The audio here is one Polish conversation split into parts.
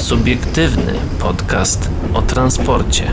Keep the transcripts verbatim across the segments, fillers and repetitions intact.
Subiektywny podcast o transporcie.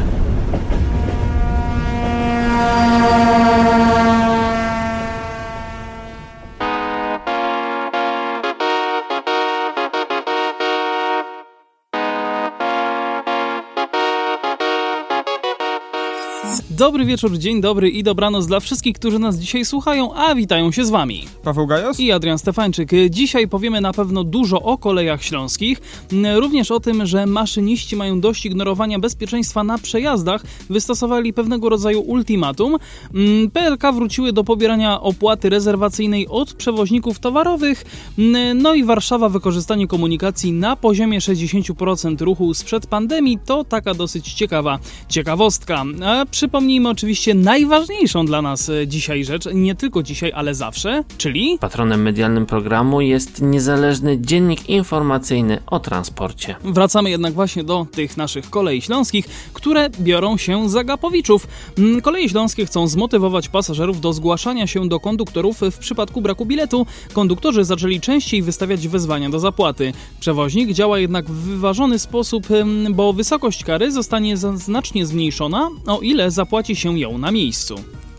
Dobry wieczór, dzień dobry i dobranoc dla wszystkich, którzy nas dzisiaj słuchają, a witają się z wami Paweł Gajos i Adrian Stefańczyk. Dzisiaj powiemy na pewno dużo o kolejach śląskich, również o tym, że maszyniści mają dość ignorowania bezpieczeństwa na przejazdach, wystosowali pewnego rodzaju ultimatum. P L K wróciły do pobierania opłaty rezerwacyjnej od przewoźników towarowych, no i Warszawa wykorzystanie komunikacji na poziomie sześćdziesiąt procent ruchu sprzed pandemii to taka dosyć ciekawa ciekawostka. A przypomnijmy oczywiście najważniejszą dla nas dzisiaj rzecz, nie tylko dzisiaj, ale zawsze, czyli... Patronem medialnym programu jest niezależny dziennik informacyjny o transporcie. Wracamy jednak właśnie do tych naszych kolei śląskich, które biorą się za gapowiczów. Koleje śląskie chcą zmotywować pasażerów do zgłaszania się do konduktorów w przypadku braku biletu. Konduktorzy zaczęli częściej wystawiać wezwania do zapłaty. Przewoźnik działa jednak w wyważony sposób, bo wysokość kary zostanie znacznie zmniejszona, o ile zapłaci się ją na miejscu.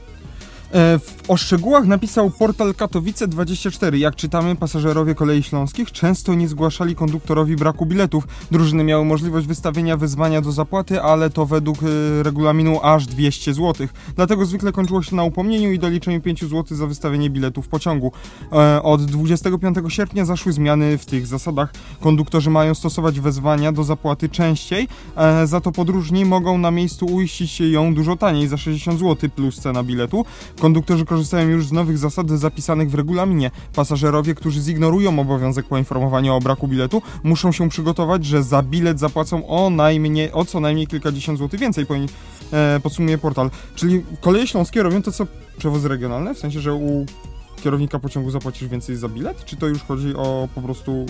O szczegółach napisał portal Katowice dwadzieścia cztery. Jak czytamy, pasażerowie kolei śląskich często nie zgłaszali konduktorowi braku biletów. Drużyny miały możliwość wystawienia wezwania do zapłaty, ale to według y, regulaminu aż dwieście złotych. Dlatego zwykle kończyło się na upomnieniu i doliczeniu pięć złotych za wystawienie biletu w pociągu. E, od dwudziestego piątego sierpnia zaszły zmiany w tych zasadach. Konduktorzy mają stosować wezwania do zapłaty częściej, e, za to podróżni mogą na miejscu uiścić ją dużo taniej, za sześćdziesiąt złotych plus cena biletu. Konduktorzy korzystają już z nowych zasad zapisanych w regulaminie. Pasażerowie, którzy zignorują obowiązek poinformowania o braku biletu, muszą się przygotować, że za bilet zapłacą o, najmniej, o co najmniej kilkadziesiąt złotych więcej, e, podsumuje portal. Czyli koleje śląskie robią to, co przewozy regionalne? W sensie, że u kierownika pociągu zapłacisz więcej za bilet? Czy to już chodzi o po prostu...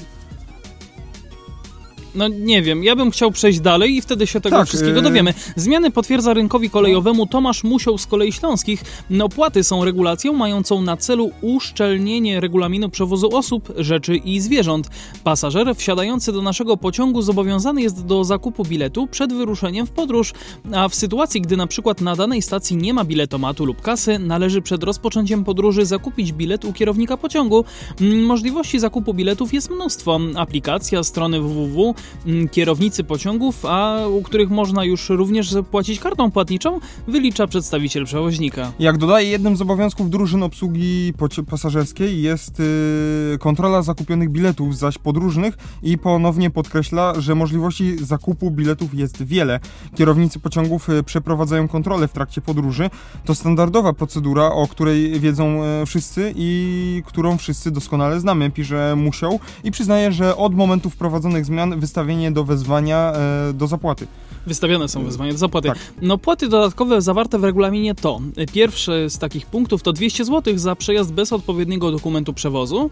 No nie wiem, ja bym chciał przejść dalej i wtedy się tego tak, wszystkiego yy... dowiemy. Zmiany potwierdza rynkowi kolejowemu Tomasz Musioł z Kolei Śląskich. Opłaty są regulacją mającą na celu uszczelnienie regulaminu przewozu osób, rzeczy i zwierząt. Pasażer wsiadający do naszego pociągu zobowiązany jest do zakupu biletu przed wyruszeniem w podróż, a w sytuacji, gdy na przykład na danej stacji nie ma biletomatu lub kasy, należy przed rozpoczęciem podróży zakupić bilet u kierownika pociągu. Możliwości zakupu biletów jest mnóstwo. Aplikacja, strony www, kierownicy pociągów, a u których można już również zapłacić kartą płatniczą, wylicza przedstawiciel przewoźnika. Jak dodaje, jednym z obowiązków drużyn obsługi pasażerskiej jest yy, kontrola zakupionych biletów zaś podróżnych i ponownie podkreśla, że możliwości zakupu biletów jest wiele. Kierownicy pociągów yy, przeprowadzają kontrolę w trakcie podróży. To standardowa procedura, o której wiedzą yy, wszyscy i którą wszyscy doskonale znamy, pisze Musioł i przyznaje, że od momentu wprowadzonych zmian wystawienie do wezwania e, do zapłaty. Wystawione są wezwania do zapłaty. Tak. No, płaty dodatkowe zawarte w regulaminie to pierwszy z takich punktów to dwieście złotych za przejazd bez odpowiedniego dokumentu przewozu.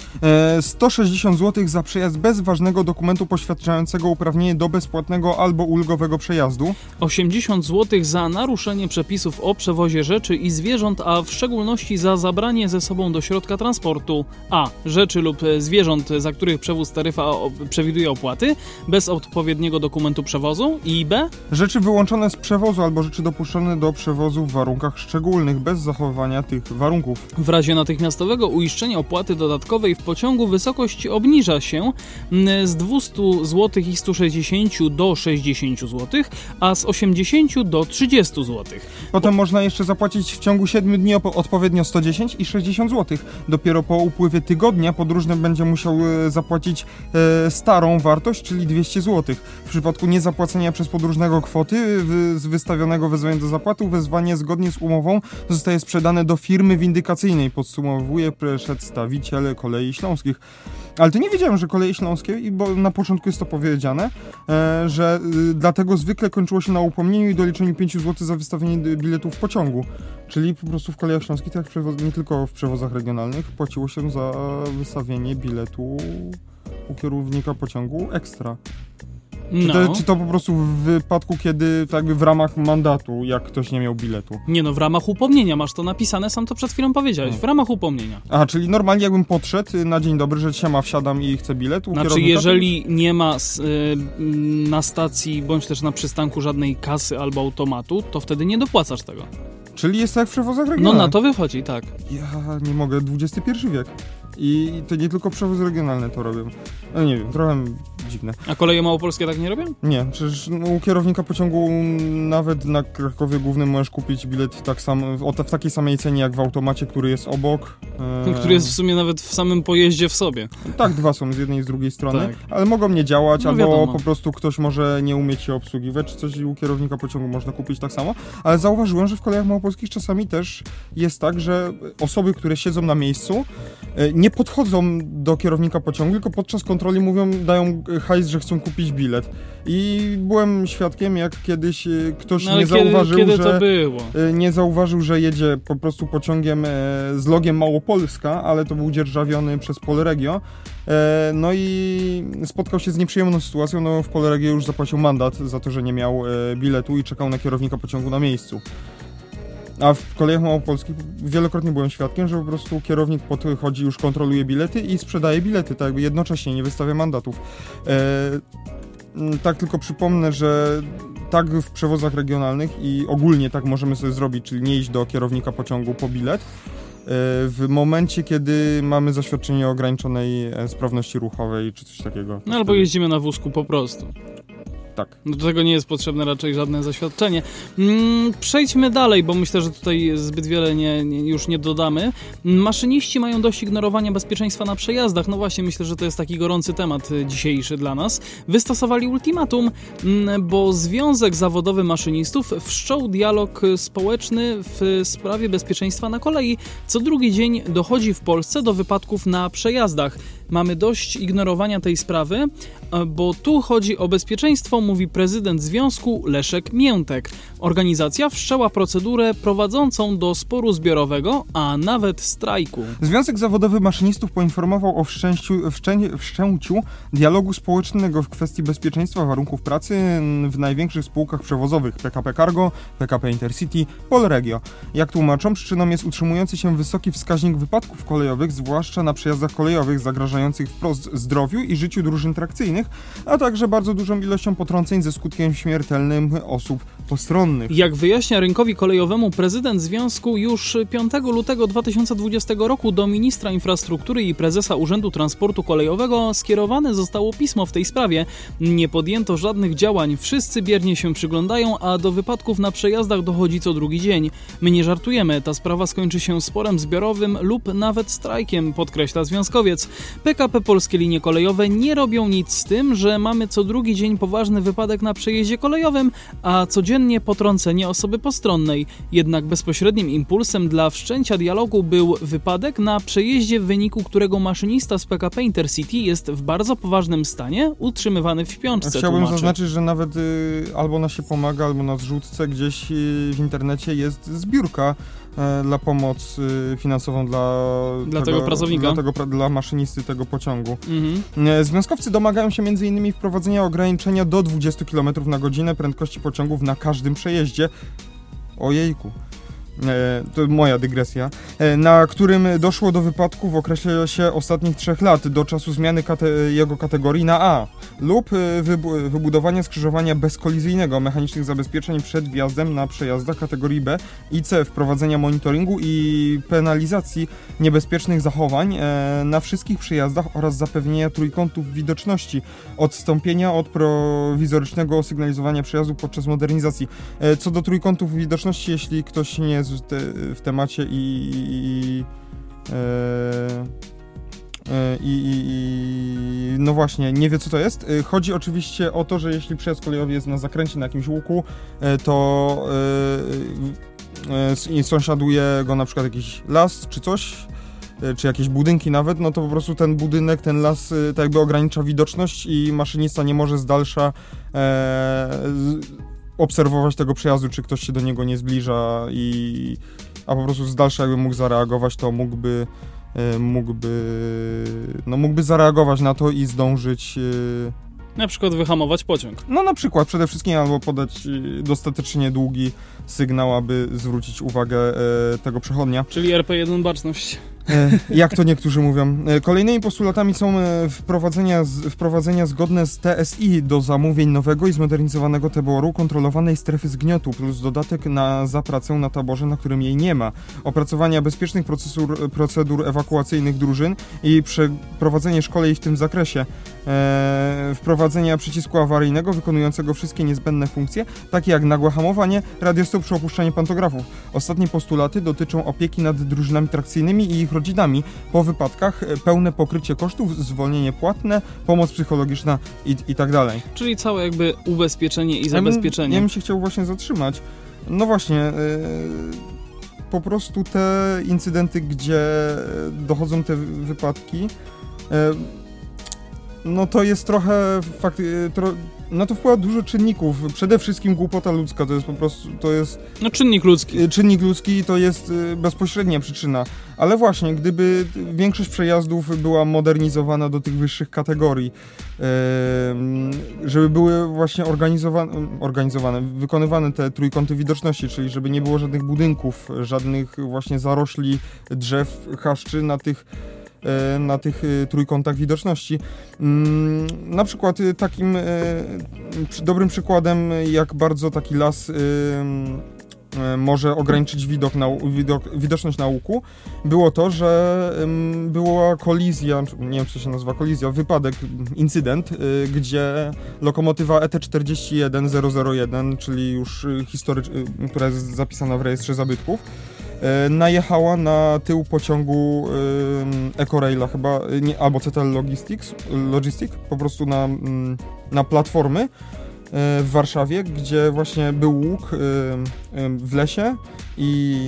E, sto sześćdziesiąt złotych za przejazd bez ważnego dokumentu poświadczającego uprawnienie do bezpłatnego albo ulgowego przejazdu. osiemdziesiąt złotych za naruszenie przepisów o przewozie rzeczy i zwierząt, a w szczególności za zabranie ze sobą do środka transportu a. rzeczy lub zwierząt, za których przewóz taryfa o, przewiduje opłaty, bez odpowiedniego dokumentu przewozu i b. rzeczy wyłączone z przewozu albo rzeczy dopuszczone do przewozu w warunkach szczególnych, bez zachowania tych warunków. W razie natychmiastowego uiszczenia opłaty dodatkowej w pociągu wysokość obniża się z dwieście złotych i sto sześćdziesiąt do sześćdziesiąt złotych, a z osiemdziesiąt do trzydziestu złotych. Potem można jeszcze zapłacić w ciągu siedmiu dni op- odpowiednio sto dziesięć i sześćdziesiąt złotych. Dopiero po upływie tygodnia podróżny będzie musiał e, zapłacić e, starą wartość, czyli dwieście złotych. W przypadku niezapłacenia przez podróżnego kwoty w, z wystawionego wezwania do zapłaty, wezwanie zgodnie z umową zostaje sprzedane do firmy windykacyjnej, podsumowuje przedstawiciel Kolei Śląskich. Ale to nie wiedziałem, że Koleje Śląskie, bo na początku jest to powiedziane, e, że y, dlatego zwykle kończyło się na upomnieniu i doliczeniu pięć złotych za wystawienie biletu w pociągu. Czyli po prostu w Kolejach Śląskich, tak jak w przewoz- nie tylko w przewozach regionalnych, płaciło się za wystawienie biletu u kierownika pociągu ekstra. Czy, No. to, czy to po prostu w wypadku, kiedy tak jakby w ramach mandatu, jak ktoś nie miał biletu? Nie no, w ramach upomnienia, masz to napisane, sam to przed chwilą powiedziałeś, w ramach upomnienia. A, czyli normalnie jakbym podszedł na dzień dobry, że siema, wsiadam i chcę bilet u Znaczy, kierownika, jeżeli nie ma s- y, na stacji, bądź też na przystanku żadnej kasy albo automatu, to wtedy nie dopłacasz tego. Czyli jest tak w przewozach No regionalnych? na to wychodzi, tak. Ja nie mogę, dwudziesty pierwszy wiek. I to nie tylko przewozy regionalne to robią. No nie wiem, trochę dziwne. A koleje małopolskie tak nie robią? Nie, przecież no, u kierownika pociągu nawet na Krakowie Głównym możesz kupić bilet tak sam, w, o, w takiej samej cenie jak w automacie, który jest obok. E... Który jest w sumie nawet w samym pojeździe w sobie. Tak, dwa są z jednej i z drugiej strony, Tak. ale mogą nie działać, No albo wiadomo. po prostu ktoś może nie umieć się obsługiwać, czy coś i u kierownika pociągu można kupić tak samo, ale zauważyłem, że w kolejach małopolskich czasami też jest tak, że osoby, które siedzą na miejscu, e, nie podchodzą do kierownika pociągu, tylko podczas kontroli mówią, dają hajs, że chcą kupić bilet. I byłem świadkiem, jak kiedyś e, ktoś No ale nie kiedy, zauważył, kiedy że... to było? e, Nie zauważył, że jedzie po prostu pociągiem e, z logiem Małopolska, ale to był dzierżawiony przez Polregio. E, no i spotkał się z nieprzyjemną sytuacją, no w Polregio już zapłacił mandat za to, że nie miał e, biletu i czekał na kierownika pociągu na miejscu. A w kolejach małopolskich wielokrotnie byłem świadkiem, że po prostu kierownik podchodzi, już kontroluje bilety i sprzedaje bilety, tak jakby jednocześnie, nie wystawia mandatów. E, tak tylko przypomnę, że tak w przewozach regionalnych i ogólnie tak możemy sobie zrobić, czyli nie iść do kierownika pociągu po bilet, w momencie, kiedy mamy zaświadczenie o ograniczonej sprawności ruchowej, czy coś takiego. No albo jeździmy na wózku po prostu. Tak. No do tego nie jest potrzebne raczej żadne zaświadczenie. Mm, przejdźmy dalej, bo myślę, że tutaj zbyt wiele nie, nie, już nie dodamy. Maszyniści mają dość ignorowania bezpieczeństwa na przejazdach. No właśnie, myślę, że to jest taki gorący temat dzisiejszy dla nas. Wystosowali ultimatum, mm, bo Związek Zawodowy Maszynistów wszczął dialog społeczny w sprawie bezpieczeństwa na kolei. Co drugi dzień dochodzi w Polsce do wypadków na przejazdach. Mamy dość ignorowania tej sprawy, bo tu chodzi o bezpieczeństwo, mówi prezydent związku Leszek Miętek. Organizacja wszczęła procedurę prowadzącą do sporu zbiorowego, a nawet strajku. Związek Zawodowy Maszynistów poinformował o wszczęciu, wszczę, wszczęciu dialogu społecznego w kwestii bezpieczeństwa warunków pracy w największych spółkach przewozowych P K P Cargo, P K P Intercity, Polregio. Jak tłumaczą, przyczyną jest utrzymujący się wysoki wskaźnik wypadków kolejowych, zwłaszcza na przejazdach kolejowych zagrażających wprost zdrowiu i życiu drużyn trakcyjnych, a także bardzo dużą ilością potrąceń ze skutkiem śmiertelnym osób postronnych. Jak wyjaśnia rynkowi kolejowemu prezydent związku, już piątego lutego dwa tysiące dwudziestego roku do ministra infrastruktury i prezesa Urzędu Transportu Kolejowego skierowane zostało pismo w tej sprawie. Nie podjęto żadnych działań, wszyscy biernie się przyglądają, a do wypadków na przejazdach dochodzi co drugi dzień. My nie żartujemy, ta sprawa skończy się sporem zbiorowym lub nawet strajkiem, podkreśla związkowiec. P K P Polskie Linie Kolejowe nie robią nic z tym, że mamy co drugi dzień poważny wypadek na przejeździe kolejowym, a codziennie potrącenie osoby postronnej. Jednak bezpośrednim impulsem dla wszczęcia dialogu był wypadek na przejeździe, w wyniku którego maszynista z P K P Intercity jest w bardzo poważnym stanie, utrzymywany w śpiączce. Chciałbym tłumaczy. zaznaczyć, że nawet y, albo na się pomaga, albo na zrzutce gdzieś y, w internecie jest zbiórka y, dla pomocy y, finansową dla, Dla tego pracownika? Dla, tego, pra- dla maszynisty tego pociągu. Mhm. Y, Związkowcy domagają się między innymi wprowadzenia ograniczenia do dwudziestu kilometrów na godzinę prędkości pociągów na każdym przejeździe. Ojejku. E, to moja dygresja, e, na którym doszło do wypadku w okresie się ostatnich trzech lat do czasu zmiany kate- jego kategorii na A lub e, wybu- wybudowania skrzyżowania bezkolizyjnego, mechanicznych zabezpieczeń przed wjazdem na przejazdach kategorii B i C, wprowadzenia monitoringu i penalizacji niebezpiecznych zachowań e, na wszystkich przejazdach oraz zapewnienia trójkątów widoczności, odstąpienia od prowizorycznego sygnalizowania przejazdu podczas modernizacji. E, co do trójkątów widoczności, jeśli ktoś nie jest w, te, w temacie i, i, e, e, i, i, i no właśnie, nie wie co to jest. Chodzi oczywiście o to, że jeśli przejazd kolejowy jest na zakręcie, na jakimś łuku, to e, e, sąsiaduje go na przykład jakiś las czy coś, czy jakieś budynki nawet, no to po prostu ten budynek, ten las tak jakby ogranicza widoczność i maszynista nie może z dalsza e, obserwować tego przejazdu, czy ktoś się do niego nie zbliża, i, a po prostu z dalsza jakby mógł zareagować, to mógłby mógłby no mógłby zareagować na to i zdążyć. Na przykład wyhamować pociąg. No na przykład przede wszystkim albo podać dostatecznie długi sygnał, aby zwrócić uwagę e, tego przechodnia. Czyli R P jeden baczność. E, jak to niektórzy mówią. E, kolejnymi postulatami są e, wprowadzenia, z, wprowadzenia zgodne z T S I do zamówień nowego i zmodernizowanego taboru kontrolowanej strefy zgniotu, plus dodatek na, za pracę na taborze, na którym jej nie ma. Opracowania bezpiecznych procedur, procedur ewakuacyjnych drużyn i przeprowadzenie szkoleń w tym zakresie. E, wprowadzenia przycisku awaryjnego wykonującego wszystkie niezbędne funkcje, takie jak nagłe hamowanie, radiostop czy opuszczanie pantografów. Ostatnie postulaty dotyczą opieki nad drużynami trakcyjnymi i ich rodzinami po wypadkach, pełne pokrycie kosztów, zwolnienie płatne, pomoc psychologiczna i, i tak dalej. Czyli całe jakby ubezpieczenie i zabezpieczenie. Ja bym, ja bym się chciał właśnie zatrzymać. No właśnie, yy, po prostu te incydenty, gdzie dochodzą te wypadki, yy, no to jest trochę fakt, yy, tro, na to wpływa dużo czynników. Przede wszystkim głupota ludzka, to jest po prostu, to jest... No czynnik ludzki. Czynnik ludzki to jest bezpośrednia przyczyna. Ale właśnie, gdyby większość przejazdów była modernizowana do tych wyższych kategorii, żeby były właśnie organizowane, organizowane, wykonywane te trójkąty widoczności, czyli żeby nie było żadnych budynków, żadnych właśnie zarośli, drzew, chaszczy na tych na tych trójkątach widoczności. Na przykład takim dobrym przykładem, jak bardzo taki las może ograniczyć widok na, widok, widoczność na łuku, było to, że była kolizja, nie wiem, co się nazywa kolizja, wypadek, incydent, gdzie lokomotywa E T czterdzieści jeden zero zero jeden, czyli już historycz, która jest zapisana w rejestrze zabytków, najechała na tył pociągu y, Ecoraila chyba, nie, albo C T L Logistics, Logistic, po prostu na, na platformy y, w Warszawie, gdzie właśnie był łuk y, y, w lesie i,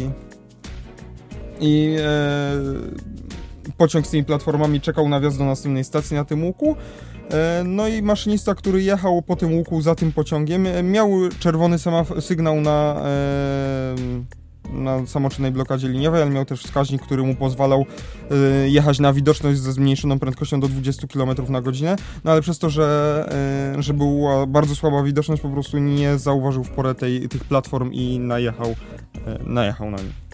i y, pociąg z tymi platformami czekał na wjazd do następnej stacji na tym łuku. No i maszynista, który jechał po tym łuku za tym pociągiem, miał czerwony semaf- sygnał na na samoczynnej blokadzie liniowej, ale miał też wskaźnik, który mu pozwalał y, jechać na widoczność ze zmniejszoną prędkością do dwadzieścia kilometrów na godzinę, no ale przez to, że, y, że była bardzo słaba widoczność, po prostu nie zauważył w porę tej, tych platform i najechał, y, najechał na nie.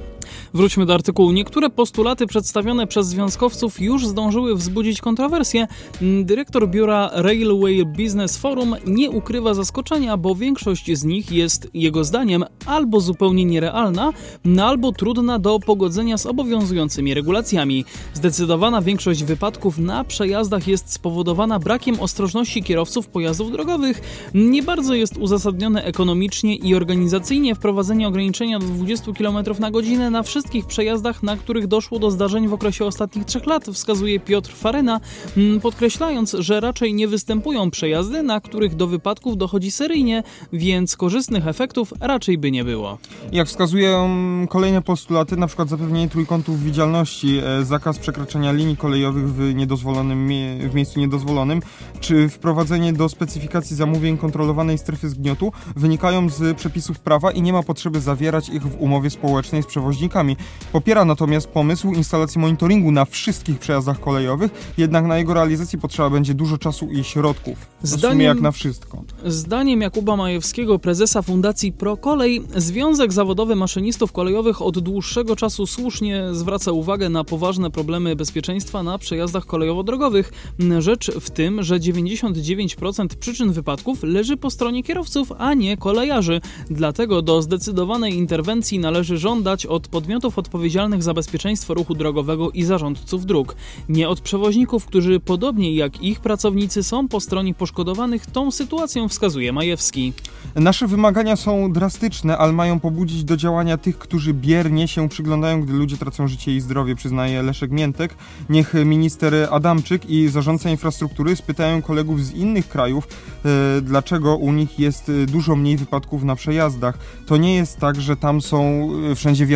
Wróćmy do artykułu. Niektóre postulaty przedstawione przez związkowców już zdążyły wzbudzić kontrowersje. Dyrektor biura Railway Business Forum nie ukrywa zaskoczenia, bo większość z nich jest, jego zdaniem, albo zupełnie nierealna, albo trudna do pogodzenia z obowiązującymi regulacjami. Zdecydowana większość wypadków na przejazdach jest spowodowana brakiem ostrożności kierowców pojazdów drogowych. Nie bardzo jest uzasadnione ekonomicznie i organizacyjnie wprowadzenie ograniczenia do dwadzieścia kilometrów na godzinę na wszystkich przejazdach, na których doszło do zdarzeń w okresie ostatnich trzech lat, wskazuje Piotr Faryna, podkreślając, że raczej nie występują przejazdy, na których do wypadków dochodzi seryjnie, więc korzystnych efektów raczej by nie było. Jak wskazują kolejne postulaty, na przykład zapewnienie trójkątów widzialności, zakaz przekraczania linii kolejowych w niedozwolonym mie- w miejscu niedozwolonym, czy wprowadzenie do specyfikacji zamówień kontrolowanej strefy zgniotu wynikają z przepisów prawa i nie ma potrzeby zawierać ich w umowie społecznej z przewoźnikami. Popiera natomiast pomysł instalacji monitoringu na wszystkich przejazdach kolejowych, jednak na jego realizację potrzeba będzie dużo czasu i środków. Zdaniem, w sumie jak na wszystko. Zdaniem Jakuba Majewskiego, prezesa Fundacji ProKolej, Związek Zawodowy Maszynistów Kolejowych od dłuższego czasu słusznie zwraca uwagę na poważne problemy bezpieczeństwa na przejazdach kolejowo-drogowych. Rzecz w tym, że dziewięćdziesiąt dziewięć procent przyczyn wypadków leży po stronie kierowców, a nie kolejarzy. Dlatego do zdecydowanej interwencji należy żądać od podmiotów odpowiedzialnych za bezpieczeństwo ruchu drogowego i zarządców dróg. Nie od przewoźników, którzy podobnie jak ich pracownicy są po stronie poszkodowanych, tą sytuacją wskazuje Majewski. Nasze wymagania są drastyczne, ale mają pobudzić do działania tych, którzy biernie się przyglądają, gdy ludzie tracą życie i zdrowie, przyznaje Leszek Miętek. Niech minister Adamczyk i zarządca infrastruktury spytają kolegów z innych krajów, e, dlaczego u nich jest dużo mniej wypadków na przejazdach. To nie jest tak, że tam są wszędzie wiadukty,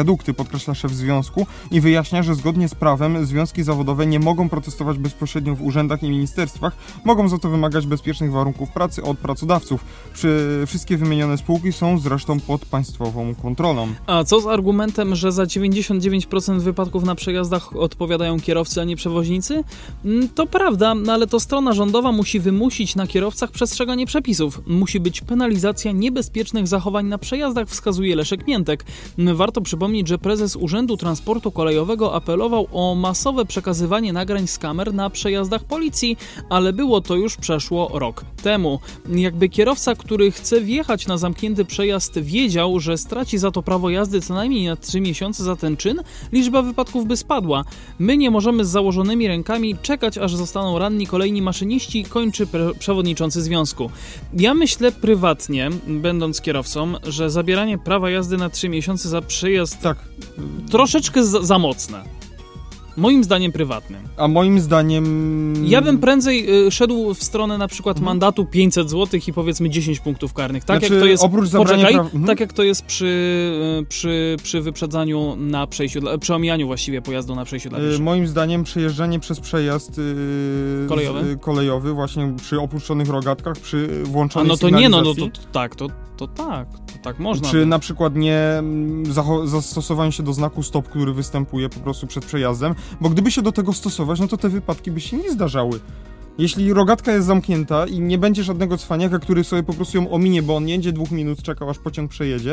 podkreśla szef związku i wyjaśnia, że zgodnie z prawem związki zawodowe nie mogą protestować bezpośrednio w urzędach i ministerstwach, mogą za to wymagać bezpiecznych warunków pracy od pracodawców. Przy, wszystkie wymienione spółki są zresztą pod państwową kontrolą. A co z argumentem, że za dziewięćdziesiąt dziewięć procent wypadków na przejazdach odpowiadają kierowcy, a nie przewoźnicy? To prawda, ale to strona rządowa musi wymusić na kierowcach przestrzeganie przepisów. Musi być penalizacja niebezpiecznych zachowań na przejazdach, wskazuje Leszek Miętek. Warto przypomnieć, że prezes Urzędu Transportu Kolejowego apelował o masowe przekazywanie nagrań z kamer na przejazdach policji, ale było to już przeszło rok temu. Jakby kierowca, który chce wjechać na zamknięty przejazd, wiedział, że straci za to prawo jazdy co najmniej na trzy miesiące za ten czyn, liczba wypadków by spadła. My nie możemy z założonymi rękami czekać, aż zostaną ranni kolejni maszyniści, kończy pre- przewodniczący związku. Ja myślę prywatnie, będąc kierowcą, że zabieranie prawa jazdy na trzy miesiące za przyjazd Tak. troszeczkę za, za mocne. Moim zdaniem prywatnym. A moim zdaniem... Ja bym prędzej y, szedł w stronę na przykład mandatu pięćset złotych i powiedzmy dziesięć punktów karnych. Tak Znaczy, jak to jest, oprócz zabrania poczekaj, praw... mhm. tak jak to jest przy, y, przy, przy wyprzedzaniu na przejściu, dla, przy omijaniu właściwie pojazdu na przejściu dla pieszych. Y, moim zdaniem przejeżdżanie przez przejazd y, Kolejowy? Z, y, kolejowy, właśnie przy opuszczonych rogatkach, przy A włączonej no to nie, no, no sygnalizacji, to, to tak, to, to tak, to tak można. Czy by. na przykład nie mm, zacho- zastosowaniu się do znaku stop, który występuje po prostu przed przejazdem, bo gdyby się do tego stosować, no to te wypadki by się nie zdarzały. Jeśli rogatka jest zamknięta i nie będzie żadnego cwaniaka, który sobie po prostu ją ominie, bo on nie będzie dwóch minut czekał, aż pociąg przejedzie,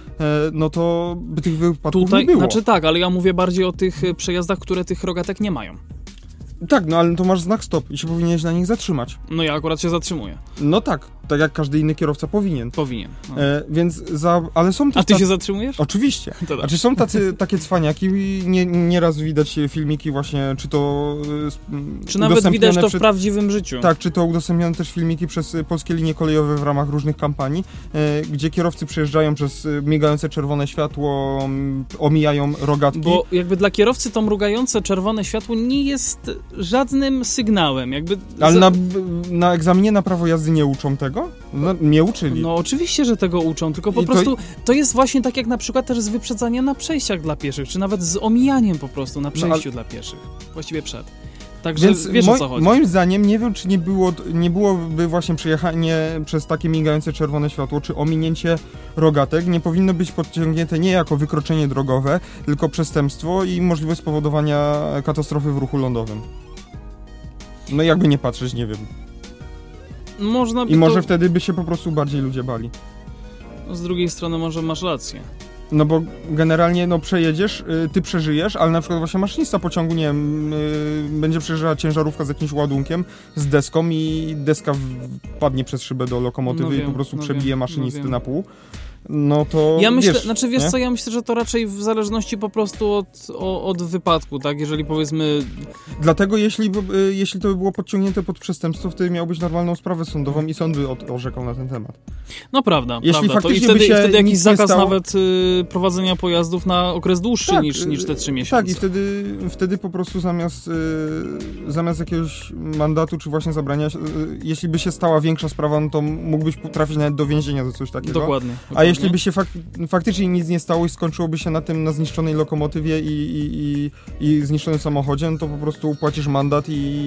e, no to by tych wypadków Tutaj, nie było. znaczy tak, ale ja mówię bardziej o tych y, przejazdach, które tych rogatek nie mają. Tak, no ale to masz znak stop i się powinieneś na nich zatrzymać. No ja akurat się zatrzymuję. No tak, tak jak każdy inny kierowca powinien. Powinien. No. E, więc za... Ale są też A ty tacy... się zatrzymujesz? Oczywiście. To tak. Znaczy są tacy, takie cwaniaki i nie, nieraz widać filmiki właśnie, czy to... y, Czy nawet widać to przed... w prawdziwym życiu? Tak, czy to udostępnione też filmiki przez y, polskie linie kolejowe w ramach różnych kampanii, y, gdzie kierowcy przejeżdżają przez y, migające czerwone światło, m, omijają rogatki. Bo jakby dla kierowcy to mrugające czerwone światło nie jest żadnym sygnałem. Jakby Ale za... na, na egzaminie na prawo jazdy nie uczą tego? No, nie uczyli. No oczywiście, że tego uczą, tylko po I to- prostu to jest właśnie tak jak na przykład też z wyprzedzaniem na przejściach dla pieszych, czy nawet z omijaniem po prostu na przejściu dla pieszych. Właściwie przed. Także Więc wiesz mo- o co chodzi. moim zdaniem nie wiem, czy nie, było, nie byłoby właśnie przejechanie przez takie migające czerwone światło, czy ominięcie rogatek nie powinno być podciągnięte nie jako wykroczenie drogowe, tylko przestępstwo i możliwość spowodowania katastrofy w ruchu lądowym. No jakby nie patrzeć, nie wiem. Można by I może to... wtedy by się po prostu bardziej ludzie bali. Z drugiej strony może masz rację. No bo generalnie no przejedziesz, y, ty przeżyjesz, ale na przykład właśnie maszynista pociągu, nie wiem, y, będzie przejeżdżała ciężarówka z jakimś ładunkiem, z deską i deska wpadnie przez szybę do lokomotywy No i wiem, po prostu no przebije wiem, maszynisty no wiem. na pół. No to Ja myślę, wiesz, znaczy wiesz nie? co, ja myślę, że to raczej w zależności po prostu od, o, od wypadku, tak? Jeżeli powiedzmy... Dlatego jeśli, by- y, jeśli to by było podciągnięte pod przestępstwo, wtedy miałbyś normalną sprawę sądową i sąd by od- orzekał na ten temat. No prawda, Jeśli prawda. To i faktycznie wtedy, by się i wtedy jakiś nic nie zakaz stało- nawet y, prowadzenia pojazdów na okres dłuższy Tak, niż, niż te trzy y, miesiące. Tak, i wtedy, wtedy po prostu zamiast, y, zamiast jakiegoś mandatu, czy właśnie zabrania, y, jeśli by się stała większa sprawa, no to mógłbyś trafić nawet do więzienia za coś takiego. Dokładnie. A dokładnie. jeśli by się fak faktycznie nic nie stało i skończyłoby się na tym, na zniszczonej lokomotywie i, i, i, i zniszczonym samochodzie, no to po prostu płacisz mandat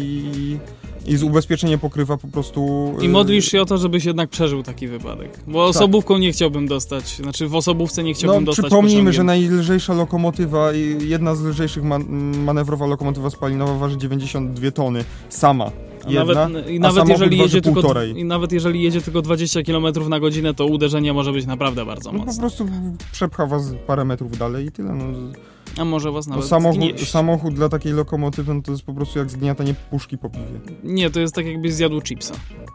i, i z ubezpieczenie pokrywa po prostu... I modlisz się o to, żebyś jednak przeżył taki wypadek. Bo osobówką nie chciałbym dostać, znaczy w osobówce nie chciałbym No, dostać przypomnijmy, pociągiem. że najlżejsza lokomotywa, i jedna z lżejszych man manewrowa lokomotywa spalinowa waży dziewięćdziesiąt dwie tony. Sama. A Jedna, nawet, I a nawet samochód jeżeli waży jedzie tylko, półtorej. I nawet jeżeli jedzie tylko dwadzieścia kilometrów na godzinę, to uderzenie może być naprawdę bardzo No po mocne. prostu przepcha was parę metrów dalej i tyle. No. A może was Bo nawet samochód, zgnieść. samochód dla takiej lokomotywy no to jest po prostu jak zgniatanie puszki po piwie. Nie, to jest tak jakbyś zjadł chipsa.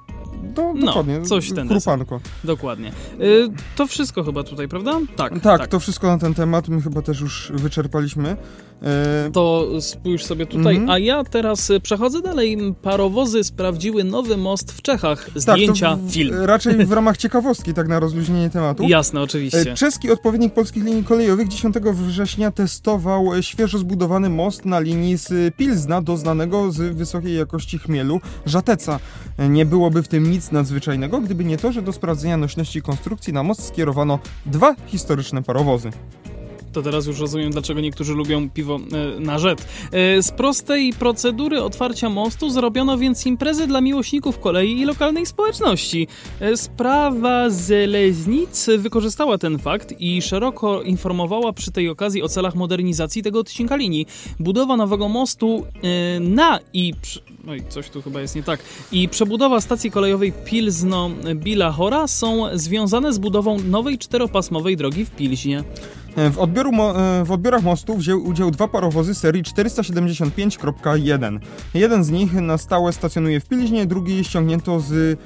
No, No, dokładnie. coś w ten Krupanko. Dokładnie. Y, to wszystko chyba tutaj, prawda? Tak. Tak, to wszystko na ten temat. My chyba też już wyczerpaliśmy. E, To spójrz sobie tutaj, Mhm. a ja teraz y, przechodzę dalej. Parowozy sprawdziły nowy most w Czechach. Zdjęcia, tak, to w, film. Raczej w ramach ciekawostki, tak na rozluźnienie tematu. Jasne, E, oczywiście. Czeski odpowiednik polskich linii kolejowych dziesiątego września testował e, świeżo zbudowany most na linii z Pilzna do znanego z wysokiej jakości chmielu Żateca. E, Nie byłoby w tym nic nadzwyczajnego, gdyby nie to, że do sprawdzenia nośności konstrukcji na most skierowano dwa historyczne parowozy. To teraz już rozumiem, dlaczego niektórzy lubią piwo e, na rzet. E, z prostej procedury otwarcia mostu zrobiono więc imprezy dla miłośników kolei i lokalnej społeczności. E, sprawa Żeleznic wykorzystała ten fakt i szeroko informowała przy tej okazji o celach modernizacji tego odcinka linii. Budowa nowego mostu e, na i... Przy... Oj, coś tu chyba jest nie tak. I przebudowa stacji kolejowej Pilzno-Billachora są związane z budową nowej czteropasmowej drogi w Pilźnie. W, odbioru mo- w odbiorach mostu wzięły udział dwa parowozy serii czterysta siedemdziesiąt pięć kropka jeden. Jeden z nich na stałe stacjonuje w Pilźnie, drugi ściągnięto z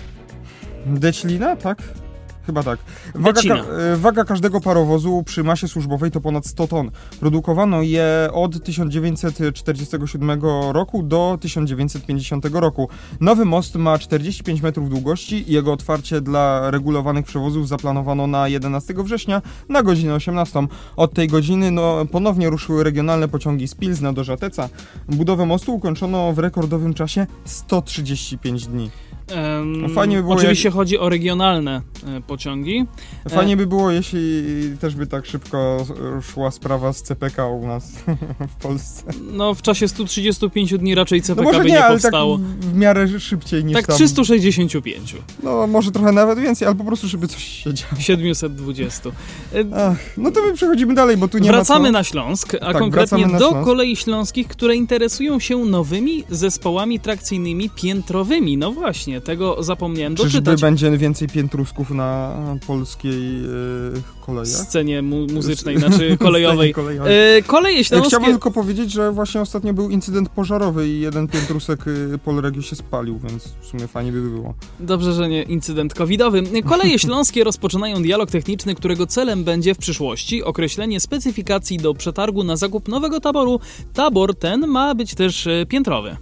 Declina, tak? Chyba tak. Waga, ka- waga każdego parowozu przy masie służbowej to ponad sto ton. Produkowano je od tysiąc dziewięćset czterdziestego siódmego roku do tysiąc dziewięćset pięćdziesiątego roku. Nowy most ma czterdzieści pięć metrów długości i jego otwarcie dla regulowanych przewozów zaplanowano na jedenastego września na godzinę osiemnastą. Od tej godziny no, ponownie ruszyły regionalne pociągi z Pilzna do Żateca. Budowę mostu ukończono w rekordowym czasie sto trzydzieści pięć dni. Um, Fajnie by było, oczywiście jak... chodzi o regionalne e, pociągi. Fajnie by było, jeśli też by tak szybko szła sprawa z C P K u nas w Polsce. No w czasie stu trzydziestu pięciu dni raczej C P K no może by nie, nie ale powstało. Tak w miarę szybciej niż tak tam. trzystu sześćdziesięciu pięciu. No może trochę nawet więcej, ale po prostu żeby coś się działo. siedmiuset dwadzieścia. Ach, no to my przechodzimy dalej, bo tu nie wracamy ma co... na Śląsk, a tak, konkretnie do Śląsk. kolei śląskich, które interesują się nowymi zespołami trakcyjnymi piętrowymi. No właśnie, tego zapomniałem doczytać. Czyżby będzie więcej piętrusków na polskiej yy, kolejach? Scenie mu- muzycznej, znaczy kolejowej. kolejowej. E, koleje śląskie... Chciałbym tylko powiedzieć, że właśnie ostatnio był incydent pożarowy i jeden piętrusek yy, Polregio się spalił, więc w sumie fajnie by było. Dobrze, że nie incydent covidowy. Koleje śląskie rozpoczynają dialog techniczny, którego celem będzie w przyszłości określenie specyfikacji do przetargu na zakup nowego taboru. Tabor ten ma być też e, piętrowy.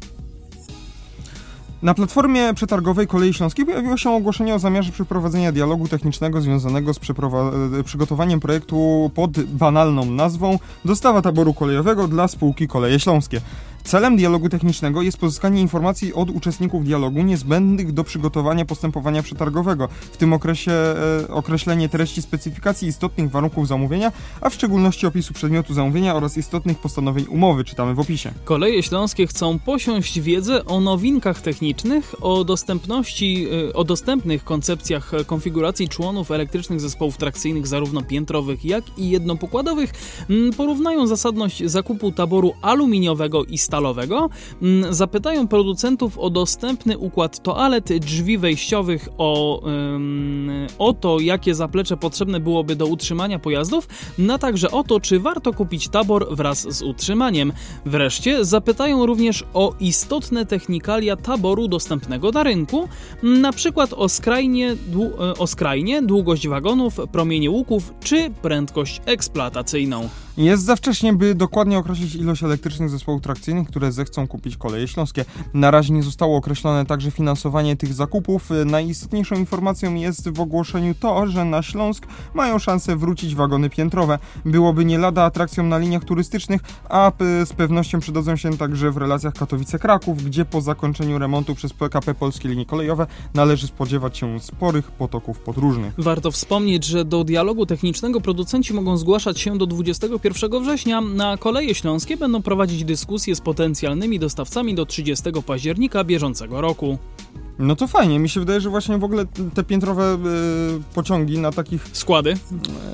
Na platformie przetargowej Kolei Śląskiej pojawiło się ogłoszenie o zamiarze przeprowadzenia dialogu technicznego związanego z przeprowa- przygotowaniem projektu pod banalną nazwą Dostawa taboru kolejowego dla spółki Koleje Śląskie. Celem dialogu technicznego jest pozyskanie informacji od uczestników dialogu niezbędnych do przygotowania postępowania przetargowego, w tym okresie e, określenie treści specyfikacji istotnych warunków zamówienia, a w szczególności opisu przedmiotu zamówienia oraz istotnych postanowień umowy, czytamy w opisie. Koleje Śląskie chcą posiąść wiedzę o nowinkach technicznych, o dostępności, e, o dostępnych koncepcjach konfiguracji członów elektrycznych zespołów trakcyjnych zarówno piętrowych, jak i jednopokładowych, m, porównają zasadność zakupu taboru aluminiowego i stalowego, zapytają producentów o dostępny układ toalet, drzwi wejściowych, o, um, o to, jakie zaplecze potrzebne byłoby do utrzymania pojazdów, a także o to, czy warto kupić tabor wraz z utrzymaniem. Wreszcie zapytają również o istotne technikalia taboru dostępnego na rynku, na przykład o skrajnie, dłu- o skrajnie, długość wagonów, promienie łuków czy prędkość eksploatacyjną. Jest za wcześnie, by dokładnie określić ilość elektrycznych zespołów trakcyjnych, które zechcą kupić Koleje Śląskie. Na razie nie zostało określone także finansowanie tych zakupów. Najistotniejszą informacją jest w ogłoszeniu to, że na Śląsk mają szansę wrócić wagony piętrowe. Byłoby nie lada atrakcją na liniach turystycznych, a z pewnością przydadzą się także w relacjach Katowice-Kraków, gdzie po zakończeniu remontu przez P K P Polskie Linie Kolejowe należy spodziewać się sporych potoków podróżnych. Warto wspomnieć, że do dialogu technicznego producenci mogą zgłaszać się do dwudziestego pierwszego września. Na Koleje Śląskie będą prowadzić dyskusje z potencjalnymi dostawcami do trzydziestego października bieżącego roku. No to fajnie, mi się wydaje, że właśnie w ogóle te piętrowe y, pociągi na takich... Składy? Y,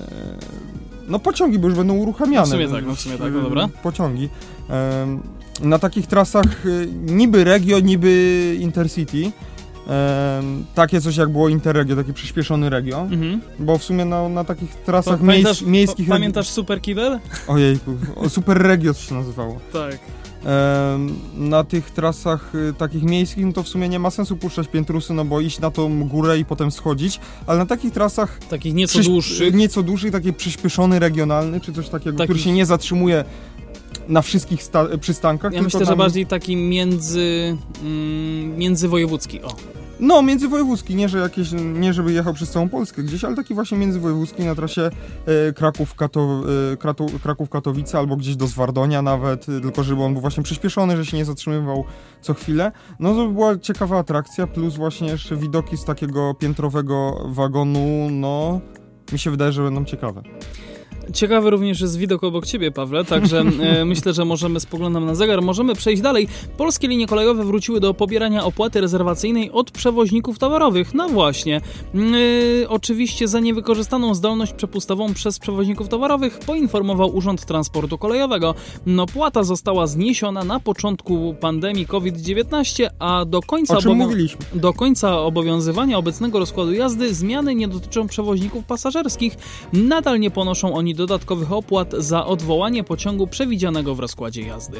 no pociągi, bo już będą uruchamiane. W sumie tak, no w sumie tak, no dobra. Pociągi. Y, na takich trasach y, niby regio, niby intercity. Ehm, takie coś jak było Interregio, taki przyspieszony regio, mhm. bo w sumie na, na takich trasach pamiętasz, miejsc, miejskich... Po, pamiętasz Super Kibel? Ojejku, Super Regio to się nazywało. Tak. Ehm, na tych trasach y, takich miejskich no to w sumie nie ma sensu puszczać piętrusy, no bo iść na tą górę i potem schodzić, ale na takich trasach... Takich nieco przyśp- dłuższych. Nieco dłuższych, taki przyspieszony regionalny, czy coś takiego, Taki... który się nie zatrzymuje na wszystkich sta- przystankach. Ja tylko myślę, tam... że bardziej taki między, mm, międzywojewódzki, o. No, międzywojewódzki, nie, że jakieś, nie żeby jechał przez całą Polskę gdzieś, ale taki właśnie międzywojewódzki na trasie e, Kraków, Kato, e, Krato, Kraków-Katowice albo gdzieś do Zwardonia nawet, e, tylko żeby on był właśnie przyspieszony, że się nie zatrzymywał co chwilę. No to była ciekawa atrakcja, plus właśnie jeszcze widoki z takiego piętrowego wagonu, no mi się wydaje, że będą ciekawe. Ciekawy również jest widok obok ciebie, Pawle, także e, myślę, że możemy, spoglądam na zegar, możemy przejść dalej. Polskie linie kolejowe wróciły do pobierania opłaty rezerwacyjnej od przewoźników towarowych. No właśnie. E, oczywiście za niewykorzystaną zdolność przepustową przez przewoźników towarowych poinformował Urząd Transportu Kolejowego. No, opłata została zniesiona na początku pandemii COVID dziewiętnaście, a do końca, o czym obowią- mówiliśmy. do końca obowiązywania obecnego rozkładu jazdy zmiany nie dotyczą przewoźników pasażerskich. Nadal nie ponoszą oni dodatkowych opłat za odwołanie pociągu przewidzianego w rozkładzie jazdy.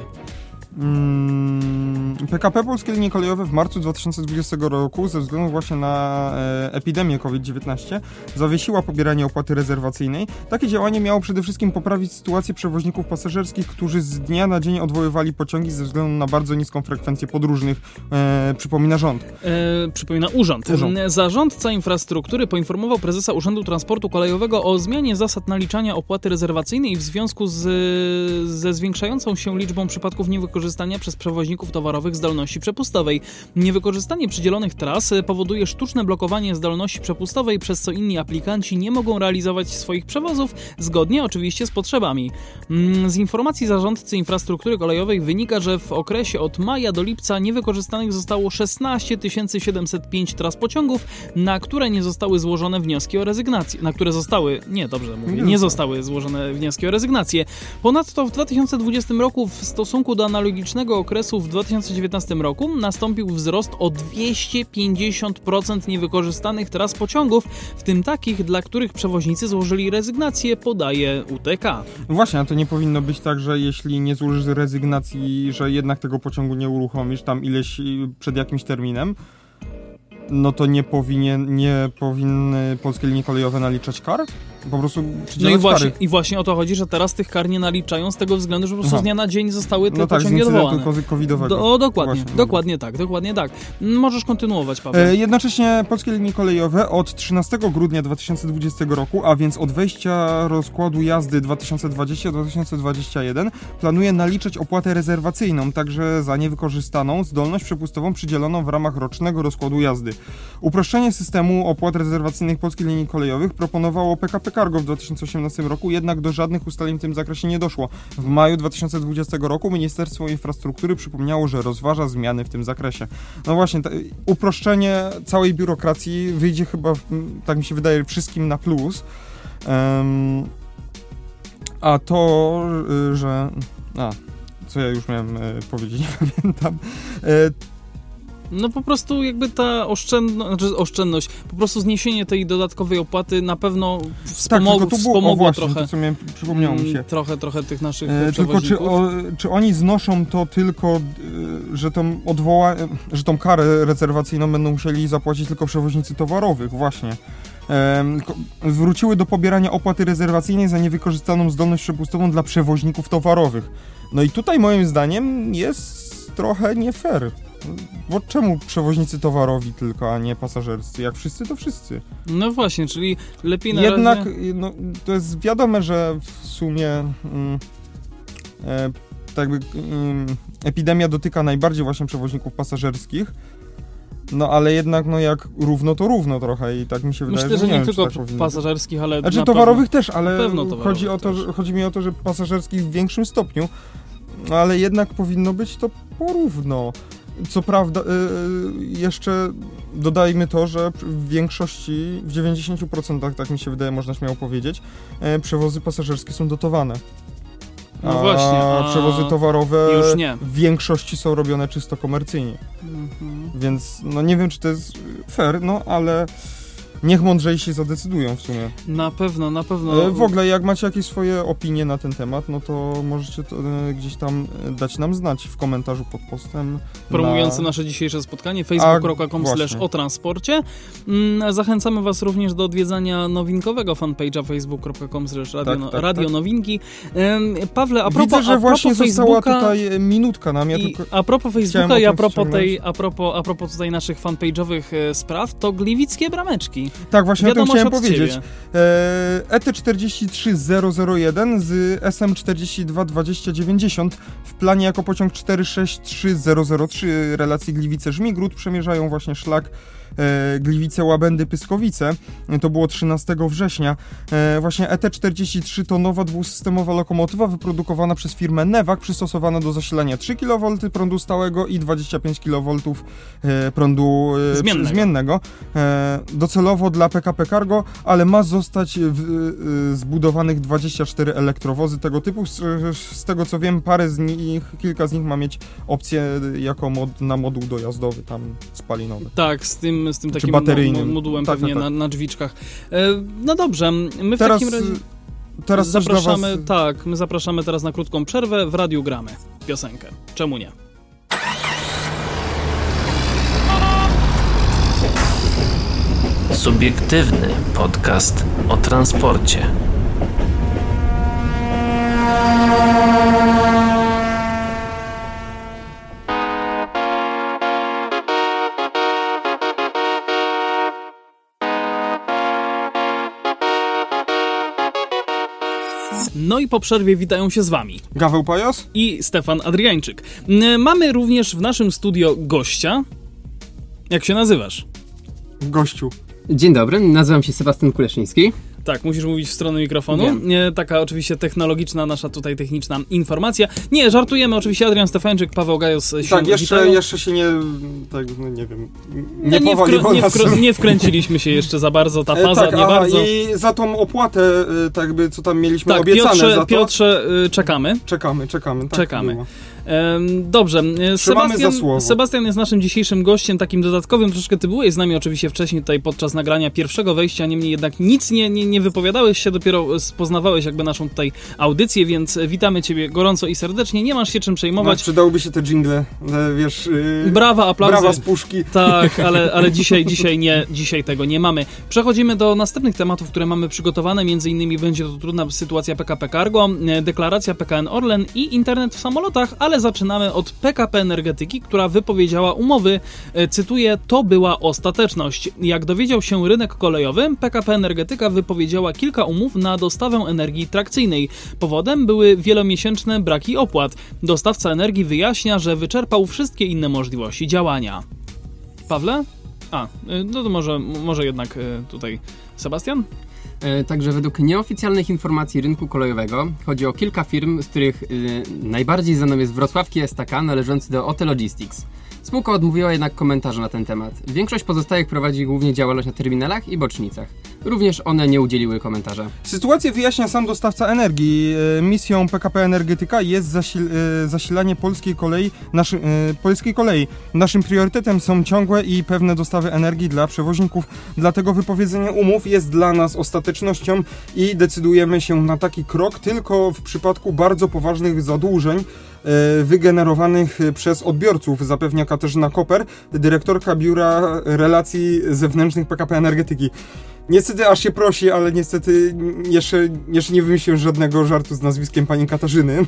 Hmm, P K P Polskie Linie Kolejowe w marcu dwa tysiące dwudziestego roku ze względu właśnie na e, epidemię COVID dziewiętnaście zawiesiła pobieranie opłaty rezerwacyjnej. Takie działanie miało przede wszystkim poprawić sytuację przewoźników pasażerskich, którzy z dnia na dzień odwoływali pociągi ze względu na bardzo niską frekwencję podróżnych, e, przypomina rząd. E, przypomina urząd. urząd. Zarządca infrastruktury poinformował prezesa Urzędu Transportu Kolejowego o zmianie zasad naliczania opłaty rezerwacyjnej w związku z, ze zwiększającą się liczbą przypadków niewykorzystania przez przewoźników towarowych zdolności przepustowej. Niewykorzystanie przydzielonych tras powoduje sztuczne blokowanie zdolności przepustowej, przez co inni aplikanci nie mogą realizować swoich przewozów, zgodnie oczywiście z potrzebami. Z informacji zarządcy infrastruktury kolejowej wynika, że w okresie od maja do lipca niewykorzystanych zostało szesnaście tysięcy siedemset pięć tras pociągów, na które nie zostały złożone wnioski o rezygnację. Na które zostały, nie, dobrze mówię, nie zostały złożone wnioski o rezygnację. Ponadto w dwa tysiące dwudziestym roku w stosunku do analogicznego okresu w dwa tysiące dziewiętnastym roku nastąpił wzrost o dwieście pięćdziesiąt procent niewykorzystanych tras pociągów, w tym takich, dla których przewoźnicy złożyli rezygnację, podaje U T K. Właśnie, a to nie powinno być tak, że jeśli nie złożysz rezygnacji, że jednak tego pociągu nie uruchomisz tam ileś przed jakimś terminem, no to nie powinien, nie powinny Polskie Linie Kolejowe naliczać kar? Po prostu No i właśnie, kary. i właśnie o to chodzi, że teraz tych kar nie naliczają z tego względu, że po prostu Aha. z dnia na dzień zostały te No tak, z pociągi incydentu odwołane. covidowego. Do, dokładnie, Właśnie, no. dokładnie tak, dokładnie tak. Możesz kontynuować, Paweł. E, jednocześnie Polskie Linie Kolejowe od trzynastego grudnia dwa tysiące dwudziestego roku, a więc od wejścia rozkładu jazdy dwa tysiące dwudziesty do dwa tysiące dwudziestego pierwszego, planuje naliczać opłatę rezerwacyjną, także za niewykorzystaną zdolność przepustową przydzieloną w ramach rocznego rozkładu jazdy. Uproszczenie systemu opłat rezerwacyjnych Polskich Linii Kolejowych proponowało P K P Cargo w dwa tysiące osiemnastym roku, jednak do żadnych ustaleń w tym zakresie nie doszło. W maju dwa tysiące dwudziestego roku Ministerstwo Infrastruktury przypomniało, że rozważa zmiany w tym zakresie. No właśnie, to uproszczenie całej biurokracji wyjdzie chyba, tak mi się wydaje, wszystkim na plus. Um, a to, że... A, co ja już miałem e, powiedzieć, nie pamiętam. E, No po prostu jakby ta oszczędność, znaczy oszczędność, po prostu zniesienie tej dodatkowej opłaty na pewno wspomogło, tak, to było, wspomogło o właśnie, trochę. To, co miałem, przypomniało mi się. Trochę, trochę tych naszych E, tylko czy, o, czy oni znoszą to tylko, e, że tą odwoła, e, że tą karę rezerwacyjną będą musieli zapłacić tylko przewoźnicy towarowych, właśnie. E, ko, wróciły do pobierania opłaty rezerwacyjnej za niewykorzystaną zdolność przepustową dla przewoźników towarowych. No i tutaj moim zdaniem jest trochę nie fair. Bo czemu przewoźnicy towarowi tylko, a nie pasażerscy? Jak wszyscy, to wszyscy. No właśnie, czyli lepiej na Jednak razie... no, to jest wiadome, że w sumie mm, e, tak jakby mm, epidemia dotyka najbardziej właśnie przewoźników pasażerskich. No ale jednak no jak równo to równo trochę i tak mi się wydaje, Myślę, że nie, nie wiem, tylko tak powinno pasażerskich, ale być. Znaczy na towarowych pewno, też, ale pewno chodzi, towarowych o to, też. że, chodzi mi o to, że pasażerskich w większym stopniu, no, ale jednak powinno być to porówno. Co prawda, yy, jeszcze dodajmy to, że w większości, w dziewięćdziesięciu procentach, tak mi się wydaje, można śmiało powiedzieć, yy, przewozy pasażerskie są dotowane. No a właśnie, a przewozy towarowe już nie. w większości są robione czysto komercyjnie. Mhm. Więc no nie wiem, czy to jest fair, no ale niech mądrzejsi zadecydują w sumie. Na pewno, na pewno. E, w ogóle, jak macie jakieś swoje opinie na ten temat, no to możecie to, e, gdzieś tam e, dać nam znać w komentarzu pod postem. Promujący na... nasze dzisiejsze spotkanie facebook kropka com slash właśnie. o transporcie. Mm, Zachęcamy Was również do odwiedzania nowinkowego fanpage'a facebook kropka com slash radio, Tak, tak, radio tak. nowinki. Ym, Pawle, a propos, Widzę, że a właśnie propos została Facebooka, tutaj minutka nam. Ja i tylko... a propos chciałem Facebooka o i a tym propos, ściągnąć. tej, a, propos, a propos tutaj naszych fanpage'owych e, spraw, to gliwickie brameczki. Tak, właśnie o tym Wiadomość chciałem od powiedzieć. ciebie. E T czterdzieści trzy zero zero jeden z S M czterdzieści dwa dwadzieścia dziewięćdziesiąt w planie jako pociąg cztery sześć trzy zero zero trzy relacji Gliwice-Żmigród przemierzają właśnie szlak e, Gliwice-Łabędy-Pyskowice. To było trzynastego września. E, właśnie E T czterdzieści trzy to nowa dwusystemowa lokomotywa wyprodukowana przez firmę Newag, przystosowana do zasilania trzy kilowolty prądu stałego i dwadzieścia pięć kilowoltów e, prądu e, zmiennego. zmiennego. E, docelowo dla P K P Cargo, ale ma zostać w, e, zbudowanych dwadzieścia cztery elektrowozy tego typu. Z, z tego co wiem, parę z nich, kilka z nich ma mieć opcję jako mod, na moduł dojazdowy, tam spalinowy. Tak, z tym, z tym takim bateryjnym mo- modułem tak, pewnie tak, tak. Na, na drzwiczkach. E, no dobrze, my w Teraz, takim razie teraz zapraszamy, was... tak, my zapraszamy teraz na krótką przerwę, w radiu gramy piosenkę. Czemu nie? Subiektywny podcast o transporcie. No i po przerwie witają się z wami Gaweł Pajos i Stefan Adriańczyk. Mamy również w naszym studio gościa. Jak się nazywasz? Gościu. Dzień dobry, nazywam się Sebastian Kuleszyński. Tak, musisz mówić w stronę mikrofonu. Wiem. Nie, taka oczywiście technologiczna, nasza tutaj techniczna informacja. Nie, żartujemy, oczywiście Adrian Stefańczyk, Paweł Gajos się Tak, jeszcze, witają. jeszcze się nie, tak, no nie wiem, nie, No, nie, powaliło wkrą- nie, nas. wkrą- nie wkręciliśmy się jeszcze za bardzo, ta faza E, tak, nie aha, bardzo. i za tą opłatę, e, tak by, co tam mieliśmy Tak, obiecane Piotrze, za to, Piotrze y, czekamy. czekamy, czekamy. Tak Czekamy. było. Ehm, Dobrze, e, Trzymamy Sebastian, za słowo. Sebastian jest naszym dzisiejszym gościem, takim dodatkowym. Troszeczkę ty byłeś z nami oczywiście wcześniej tutaj podczas nagrania pierwszego wejścia, niemniej jednak nic nie, nie, nie wypowiadałeś się, dopiero poznawałeś jakby naszą tutaj audycję, więc witamy ciebie gorąco i serdecznie. Nie masz się czym No, przejmować. przydałyby się te dżingle, e, wiesz, yy, Brawa, aplauzy. brawa z puszki. Tak, ale, ale dzisiaj, dzisiaj, nie, dzisiaj tego nie mamy. Przechodzimy do następnych tematów, które mamy przygotowane. Między innymi będzie to trudna sytuacja P K P Cargo, e, deklaracja P K N Orlen i internet w samolotach, ale zaczynamy od P K P Energetyki, która wypowiedziała umowy, e, cytuję, to była ostateczność. Jak dowiedział się rynek kolejowy, P K P Energetyka wypowiedziała kilka umów na dostawę energii trakcyjnej. Powodem były wielomiesięczne braki opłat. Dostawca energii wyjaśnia, że wyczerpał wszystkie inne możliwości działania. Pawle? A, y, no to może, może jednak y, tutaj Sebastian? E, Także według nieoficjalnych informacji rynku kolejowego chodzi o kilka firm, z których y, najbardziej znaną jest Wrocławki S T K należący do O T Logistics. Spółka odmówiła jednak komentarza na ten temat. Większość pozostałych prowadzi głównie działalność na terminalach i bocznicach. Również one nie udzieliły komentarza. Sytuację wyjaśnia sam dostawca energii. E, Misją P K P Energetyka jest zasil, e, zasilanie polskiej kolei, naszy, e, polskiej kolei. Naszym priorytetem są ciągłe i pewne dostawy energii dla przewoźników. Dlatego wypowiedzenie umów jest dla nas ostatecznością i decydujemy się na taki krok tylko w przypadku bardzo poważnych zadłużeń e, wygenerowanych przez odbiorców, zapewnia Katarzyna Koper, dyrektorka Biura Relacji Zewnętrznych P K P Energetyki. Niestety aż się prosi, ale niestety jeszcze, jeszcze nie wymyśliłem żadnego żartu z nazwiskiem pani Katarzyny.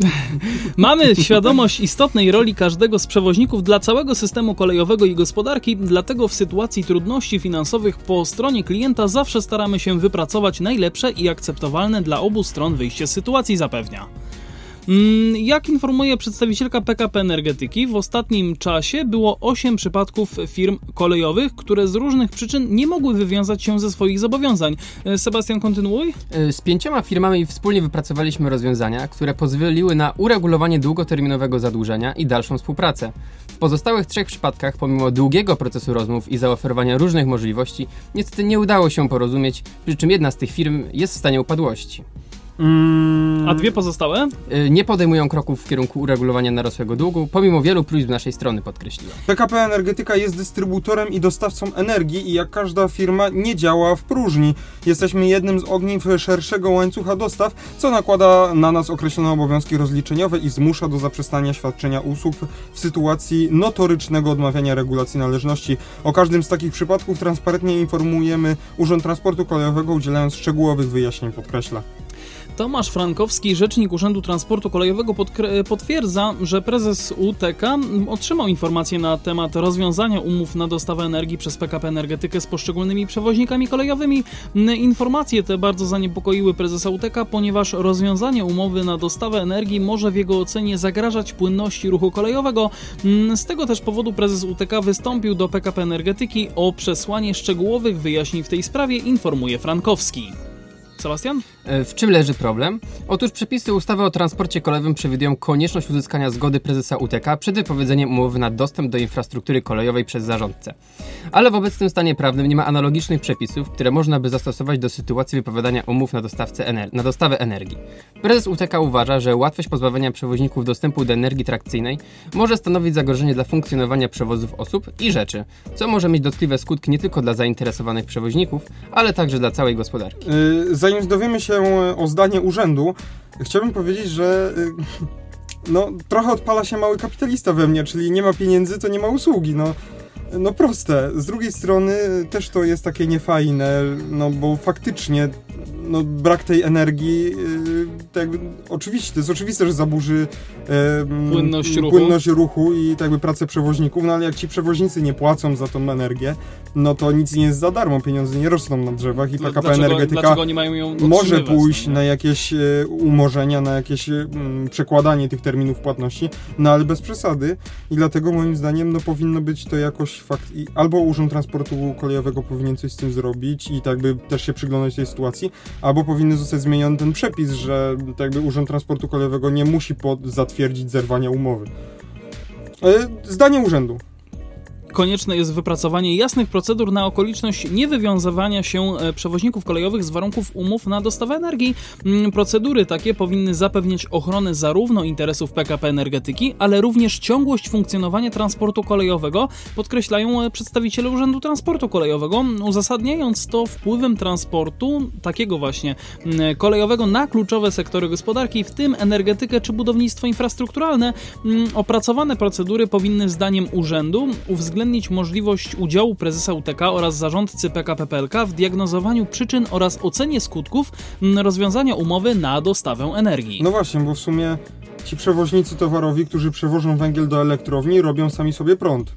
Mamy świadomość istotnej roli każdego z przewoźników dla całego systemu kolejowego i gospodarki, dlatego w sytuacji trudności finansowych po stronie klienta zawsze staramy się wypracować najlepsze i akceptowalne dla obu stron wyjście z sytuacji, zapewnia. Jak informuje przedstawicielka P K P Energetyki, w ostatnim czasie było osiem przypadków firm kolejowych, które z różnych przyczyn nie mogły wywiązać się ze swoich zobowiązań. Sebastian, kontynuuj. Z pięcioma firmami wspólnie wypracowaliśmy rozwiązania, które pozwoliły na uregulowanie długoterminowego zadłużenia i dalszą współpracę. W pozostałych trzech przypadkach, pomimo długiego procesu rozmów i zaoferowania różnych możliwości, niestety nie udało się porozumieć, przy czym jedna z tych firm jest w stanie upadłości. A dwie pozostałe? Nie podejmują kroków w kierunku uregulowania narosłego długu, pomimo wielu próśb naszej strony, podkreśliła. P K P Energetyka jest dystrybutorem i dostawcą energii i jak każda firma nie działa w próżni. Jesteśmy jednym z ogniw szerszego łańcucha dostaw, co nakłada na nas określone obowiązki rozliczeniowe i zmusza do zaprzestania świadczenia usług w sytuacji notorycznego odmawiania regulacji należności. O każdym z takich przypadków transparentnie informujemy Urząd Transportu Kolejowego, udzielając szczegółowych wyjaśnień, podkreśla. Tomasz Frankowski, rzecznik Urzędu Transportu Kolejowego, podkre- potwierdza, że prezes U T K otrzymał informacje na temat rozwiązania umów na dostawę energii przez P K P Energetykę z poszczególnymi przewoźnikami kolejowymi. Informacje te bardzo zaniepokoiły prezesa U T K, ponieważ rozwiązanie umowy na dostawę energii może w jego ocenie zagrażać płynności ruchu kolejowego. Z tego też powodu prezes U T K wystąpił do P K P Energetyki o przesłanie szczegółowych wyjaśnień w tej sprawie, informuje Frankowski. Sebastian? W czym leży problem? Otóż przepisy ustawy o transporcie kolejowym przewidują konieczność uzyskania zgody prezesa U T K przed wypowiedzeniem umowy na dostęp do infrastruktury kolejowej przez zarządcę. Ale w obecnym stanie prawnym nie ma analogicznych przepisów, które można by zastosować do sytuacji wypowiadania umów na, dostawcę ener- na dostawę energii. Prezes U T K uważa, że łatwość pozbawienia przewoźników dostępu do energii trakcyjnej może stanowić zagrożenie dla funkcjonowania przewozów osób i rzeczy, co może mieć dotkliwe skutki nie tylko dla zainteresowanych przewoźników, ale także dla całej gospodarki. Yy, zanim dowiemy się o zdanie urzędu, chciałbym powiedzieć, że yy, no, trochę odpala się mały kapitalista we mnie, czyli nie ma pieniędzy, to nie ma usługi, no. No proste. Z drugiej strony też to jest takie niefajne, no bo faktycznie no, brak tej energii, yy, tak jakby, oczywiście, to jest oczywiste, że zaburzy yy, płynność, ruchu. płynność ruchu i tak jakby pracę przewoźników, no ale jak ci przewoźnicy nie płacą za tą energię, no to nic nie jest za darmo, pieniądze nie rosną na drzewach i P K P dlaczego, Energetyka dlaczego oni mają ją może pójść no, na jakieś e, umorzenia, na jakieś e, przekładanie tych terminów płatności, no ale bez przesady i dlatego moim zdaniem no powinno być to jakoś fakt, i albo Urząd Transportu Kolejowego powinien coś z tym zrobić i tak by też się przyglądać tej sytuacji, albo powinny zostać zmieniony ten przepis, że tak jakby Urząd Transportu Kolejowego nie musi pod, zatwierdzić zerwania umowy. E, zdanie urzędu. Konieczne jest wypracowanie jasnych procedur na okoliczność niewywiązywania się przewoźników kolejowych z warunków umów na dostawę energii. Procedury takie powinny zapewniać ochronę zarówno interesów P K P Energetyki, ale również ciągłość funkcjonowania transportu kolejowego, podkreślają przedstawiciele Urzędu Transportu Kolejowego, uzasadniając to wpływem transportu takiego właśnie kolejowego na kluczowe sektory gospodarki, w tym energetykę czy budownictwo infrastrukturalne. Opracowane procedury powinny zdaniem urzędu uwzględnić możliwość udziału prezesa U T K oraz zarządcy P K P P L K w diagnozowaniu przyczyn oraz ocenie skutków rozwiązania umowy na dostawę energii. No właśnie, bo w sumie ci przewoźnicy towarowi, którzy przewożą węgiel do elektrowni, robią sami sobie prąd.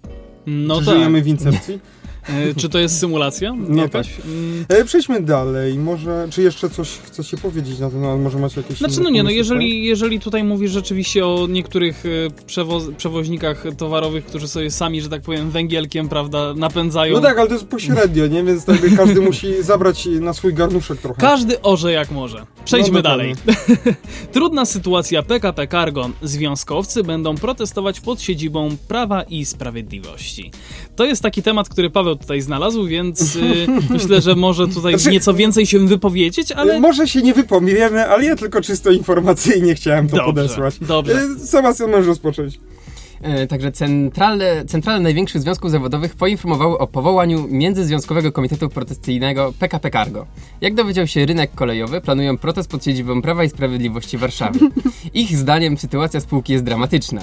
No Czy tak. żyjemy w incepcji? E, czy to jest symulacja? No jakaś? tak. E, przejdźmy dalej. Może, czy jeszcze coś chcecie powiedzieć na ten temat? Może macie jakieś Znaczy inne no nie, no pomysły, jeżeli, jeżeli tutaj mówisz rzeczywiście o niektórych przewoz- przewoźnikach towarowych, którzy sobie sami, że tak powiem, węgielkiem, prawda, napędzają. No tak, ale to jest pośrednio, nie? Więc tak jakby każdy musi zabrać na swój garnuszek trochę. Każdy orze jak może. Przejdźmy no, dalej. Trudna sytuacja P K P Cargo. Związkowcy będą protestować pod siedzibą Prawa i Sprawiedliwości. To jest taki temat, który Paweł tutaj znalazł, więc y, myślę, że może tutaj znaczy, nieco więcej się wypowiedzieć, ale... Może się nie wypowiemy, ale ja tylko czysto informacyjnie chciałem to dobrze, podesłać. Dobrze. Sebastian, możesz rozpocząć. E, także centrale, centrale największych związków zawodowych poinformowały o powołaniu Międzyzwiązkowego Komitetu Protestacyjnego P K P Cargo. Jak dowiedział się Rynek Kolejowy, planują protest pod siedzibą Prawa i Sprawiedliwości w Warszawie. Ich zdaniem sytuacja spółki jest dramatyczna.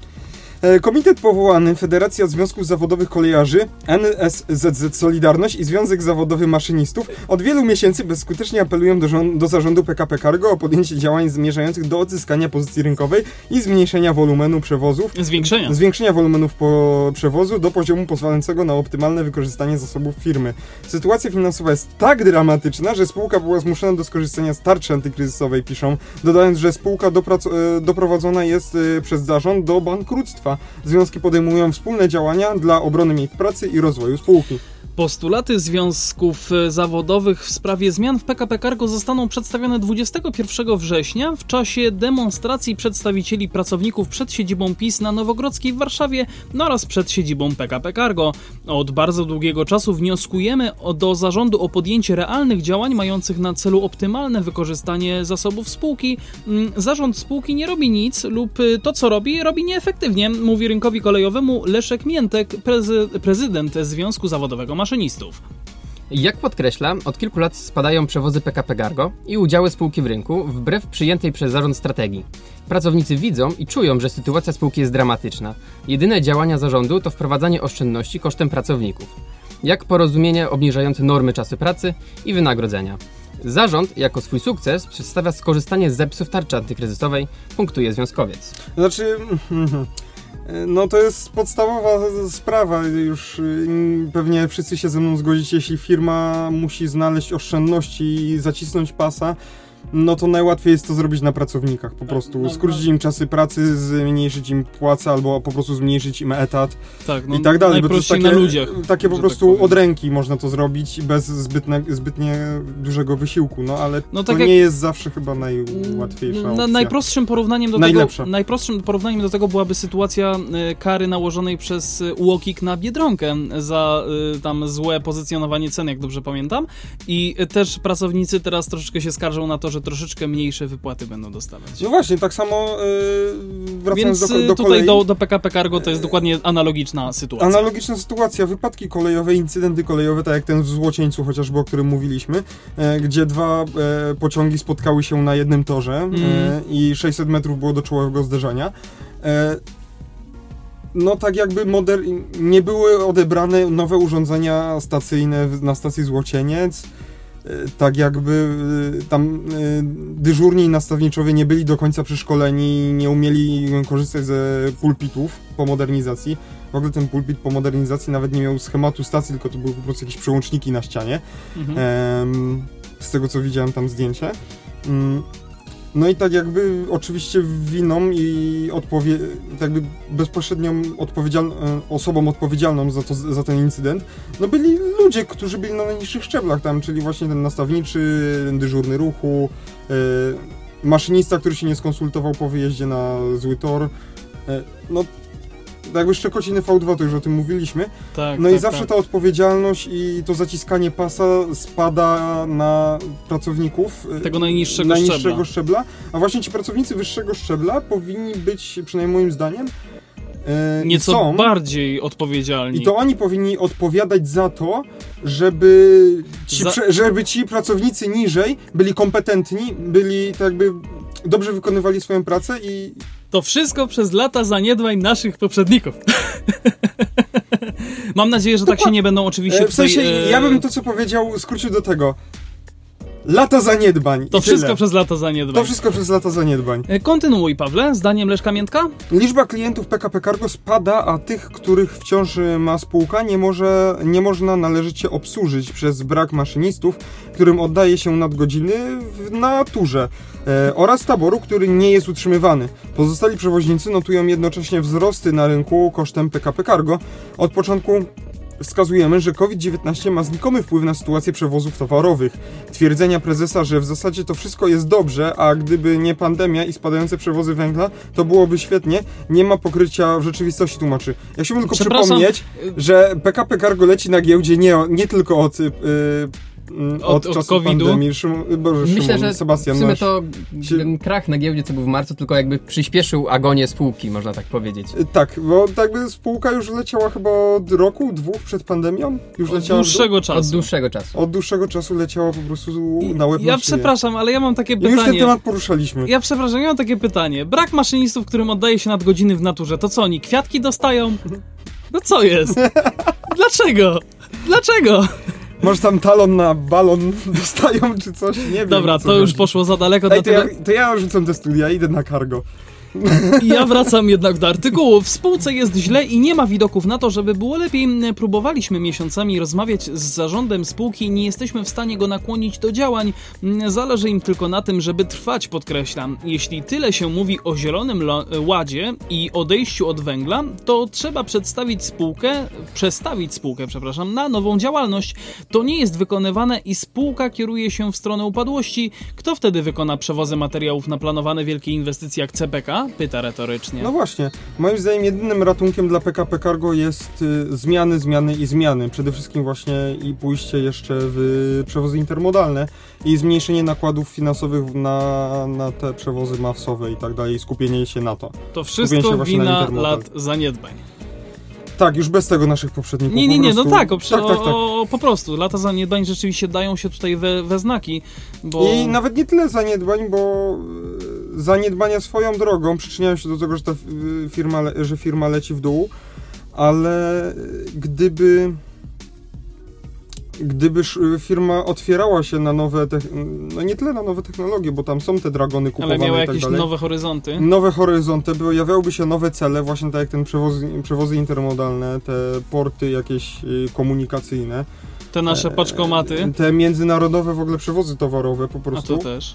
Komitet powołany Federacja Związków Zawodowych Kolejarzy, N S Z Z Solidarność i Związek Zawodowy Maszynistów od wielu miesięcy bezskutecznie apelują do, rząd, do zarządu P K P Cargo o podjęcie działań zmierzających do odzyskania pozycji rynkowej i zmniejszenia wolumenu przewozów. Zwiększenia. Zwiększenia wolumenów po przewozu do poziomu pozwalającego na optymalne wykorzystanie zasobów firmy. Sytuacja finansowa jest tak dramatyczna, że spółka była zmuszona do skorzystania z tarczy antykryzysowej, piszą, dodając, że spółka doprac- doprowadzona jest przez zarząd do bankructwa. Związki podejmują wspólne działania dla obrony miejsc pracy i rozwoju spółki. Postulaty związków zawodowych w sprawie zmian w P K P Cargo zostaną przedstawione dwudziestego pierwszego września w czasie demonstracji przedstawicieli pracowników przed siedzibą PiS na Nowogrodzkiej w Warszawie oraz przed siedzibą P K P Cargo. Od bardzo długiego czasu wnioskujemy do zarządu o podjęcie realnych działań mających na celu optymalne wykorzystanie zasobów spółki. Zarząd spółki nie robi nic lub to, co robi, robi nieefektywnie, mówi Rynkowi Kolejowemu Leszek Miętek, prezy- prezydent Związku Zawodowego Maszynistów. Jak podkreśla, od kilku lat spadają przewozy P K P Cargo i udziały spółki w rynku wbrew przyjętej przez zarząd strategii. Pracownicy widzą i czują, że sytuacja spółki jest dramatyczna. Jedyne działania zarządu to wprowadzanie oszczędności kosztem pracowników, jak porozumienie obniżające normy czasu pracy i wynagrodzenia. Zarząd jako swój sukces przedstawia skorzystanie z zapisów tarczy antykryzysowej, punktuje związkowiec. Znaczy, no to jest podstawowa sprawa, już pewnie wszyscy się ze mną zgodzicie, jeśli firma musi znaleźć oszczędności i zacisnąć pasa, no to najłatwiej jest to zrobić na pracownikach, po prostu no, skrócić im czasy pracy, zmniejszyć im płacę albo po prostu zmniejszyć im etat tak, no, i tak dalej, bo to jest takie, na ludziach, takie po tak prostu tak od ręki można to zrobić bez zbytne, zbytnie dużego wysiłku, no ale no, to tak nie jak... jest zawsze chyba najłatwiejsza opcja. Na, najprostszym porównaniem do Najlepsza. tego, najprostszym porównaniem do tego byłaby sytuacja y, kary nałożonej przez y, UOKiK na Biedronkę za y, tam złe pozycjonowanie cen, jak dobrze pamiętam, i y, też pracownicy teraz troszeczkę się skarżą na to, że troszeczkę mniejsze wypłaty będą dostawać. No właśnie, tak samo yy, wracając Więc do, do tutaj kolei. do, do P K P Cargo to jest dokładnie analogiczna sytuacja. Analogiczna sytuacja, wypadki kolejowe, incydenty kolejowe, tak jak ten w Złocieńcu chociażby, o którym mówiliśmy, e, gdzie dwa e, pociągi spotkały się na jednym torze e, Mm. i sześćset metrów było do czołowego zderzenia. E, no tak jakby moder... nie były odebrane nowe urządzenia stacyjne na stacji Złocieniec. Tak jakby tam dyżurni i nastawniczowie nie byli do końca przeszkoleni, nie umieli korzystać ze pulpitów po modernizacji. W ogóle ten pulpit po modernizacji nawet nie miał schematu stacji, tylko to były po prostu jakieś przełączniki na ścianie. Mhm. Ehm, z tego co widziałem tam zdjęcie. Mm. No i tak jakby oczywiście winą i odpowie- tak jakby bezpośrednią odpowiedzial- osobą odpowiedzialną za, to, za ten incydent, no byli ludzie, którzy byli na najniższych szczeblach tam, czyli właśnie ten nastawniczy, ten dyżurny ruchu, yy, maszynista, który się nie skonsultował po wyjeździe na zły tor, yy, no tak jakby Szczekociny V dwa, to już o tym mówiliśmy. Tak, no tak, i zawsze tak. ta odpowiedzialność i to zaciskanie pasa spada na pracowników tego najniższego, najniższego szczebla. szczebla. A właśnie ci pracownicy wyższego szczebla powinni być, przynajmniej moim zdaniem, e, nieco są, bardziej odpowiedzialni. i to oni powinni odpowiadać za to, żeby ci, Za... prze, żeby ci pracownicy niżej byli kompetentni, byli tak jakby dobrze wykonywali swoją pracę i To wszystko przez lata zaniedbań naszych poprzedników. Mam nadzieję, że tak się nie będą oczywiście w sensie, tutaj, e... ja bym to, co powiedział, skrócił do tego. Lata zaniedbań. To i wszystko tyle. przez lata zaniedbań. To wszystko przez lata zaniedbań. Kontynuuj, Pawle, zdaniem Leszka Miętka? Liczba klientów P K P Cargo spada, a tych, których wciąż ma spółka, nie, może, nie można należycie obsłużyć przez brak maszynistów, którym oddaje się nadgodziny w naturze e, oraz taboru, który nie jest utrzymywany. Pozostali przewoźnicy notują jednocześnie wzrosty na rynku kosztem P K P Cargo. Od początku wskazujemy, że COVID dziewiętnaście ma znikomy wpływ na sytuację przewozów towarowych. Twierdzenia prezesa, że w zasadzie to wszystko jest dobrze, a gdyby nie pandemia i spadające przewozy węgla, to byłoby świetnie, nie ma pokrycia w rzeczywistości, tłumaczy. Ja chciałbym tylko przypomnieć, że P K P Cargo leci na giełdzie nie, nie tylko od... Yy, Od, od czasu pandemii. Szymon, Boże, Myślę, Szymon, że Sebastian, w sumie masz... to ten krach na giełdzie, co był w marcu, tylko jakby przyspieszył agonię spółki, można tak powiedzieć. Tak, bo jakby spółka już leciała chyba od roku, dwóch przed pandemią. Już od leciała dłuższego czasu. Od dłuższego czasu. Od dłuższego czasu leciała po prostu na łeb. Ja na szyję. przepraszam, ale ja mam takie I pytanie. już ten temat poruszaliśmy. Ja przepraszam, ja mam takie pytanie. Brak maszynistów, którym oddaje się nadgodziny w naturze, to co oni, kwiatki dostają? No co jest? Dlaczego? Dlaczego? Może tam talon na balon dostają, czy coś? Nie wiem. Dobra, to już poszło za daleko. Ej, to, ja, tyle... to ja rzucam te studia, idę na cargo. Ja wracam jednak do artykułu. W spółce jest źle i nie ma widoków na to, żeby było lepiej. Próbowaliśmy miesiącami rozmawiać z zarządem spółki i nie jesteśmy w stanie go nakłonić do działań. Zależy im tylko na tym, żeby trwać, podkreślam. Jeśli tyle się mówi o zielonym ładzie i odejściu od węgla, to trzeba przedstawić spółkę, przestawić spółkę, przepraszam, na nową działalność. To nie jest wykonywane i spółka kieruje się w stronę upadłości. Kto wtedy wykona przewozy materiałów na planowane wielkie inwestycje jak C P K? Pyta retorycznie. No właśnie. Moim zdaniem jedynym ratunkiem dla P K P Cargo jest y, zmiany, zmiany i zmiany. Przede wszystkim właśnie i pójście jeszcze w przewozy intermodalne i zmniejszenie nakładów finansowych na, na te przewozy masowe i tak dalej, skupienie się na to. To wszystko wina lat zaniedbań. Tak, już bez tego naszych poprzedników. Nie, nie, nie, prostu... no tak, o, tak, tak, tak. O, o, po prostu. Lata zaniedbań rzeczywiście dają się tutaj we, we znaki, bo... I nawet nie tyle zaniedbań, bo zaniedbania swoją drogą przyczyniają się do tego, że ta firma, że firma leci w dół, ale gdyby... gdyby firma otwierała się na nowe, te, no nie tyle na nowe technologie, bo tam są te dragony kupowane i tak dalej. Ale miała jakieś nowe horyzonty? Nowe horyzonty, pojawiałyby się nowe cele, właśnie tak jak ten przewozy, przewozy intermodalne, te porty jakieś komunikacyjne. Te nasze paczkomaty. Te międzynarodowe w ogóle przewozy towarowe po prostu. A to też.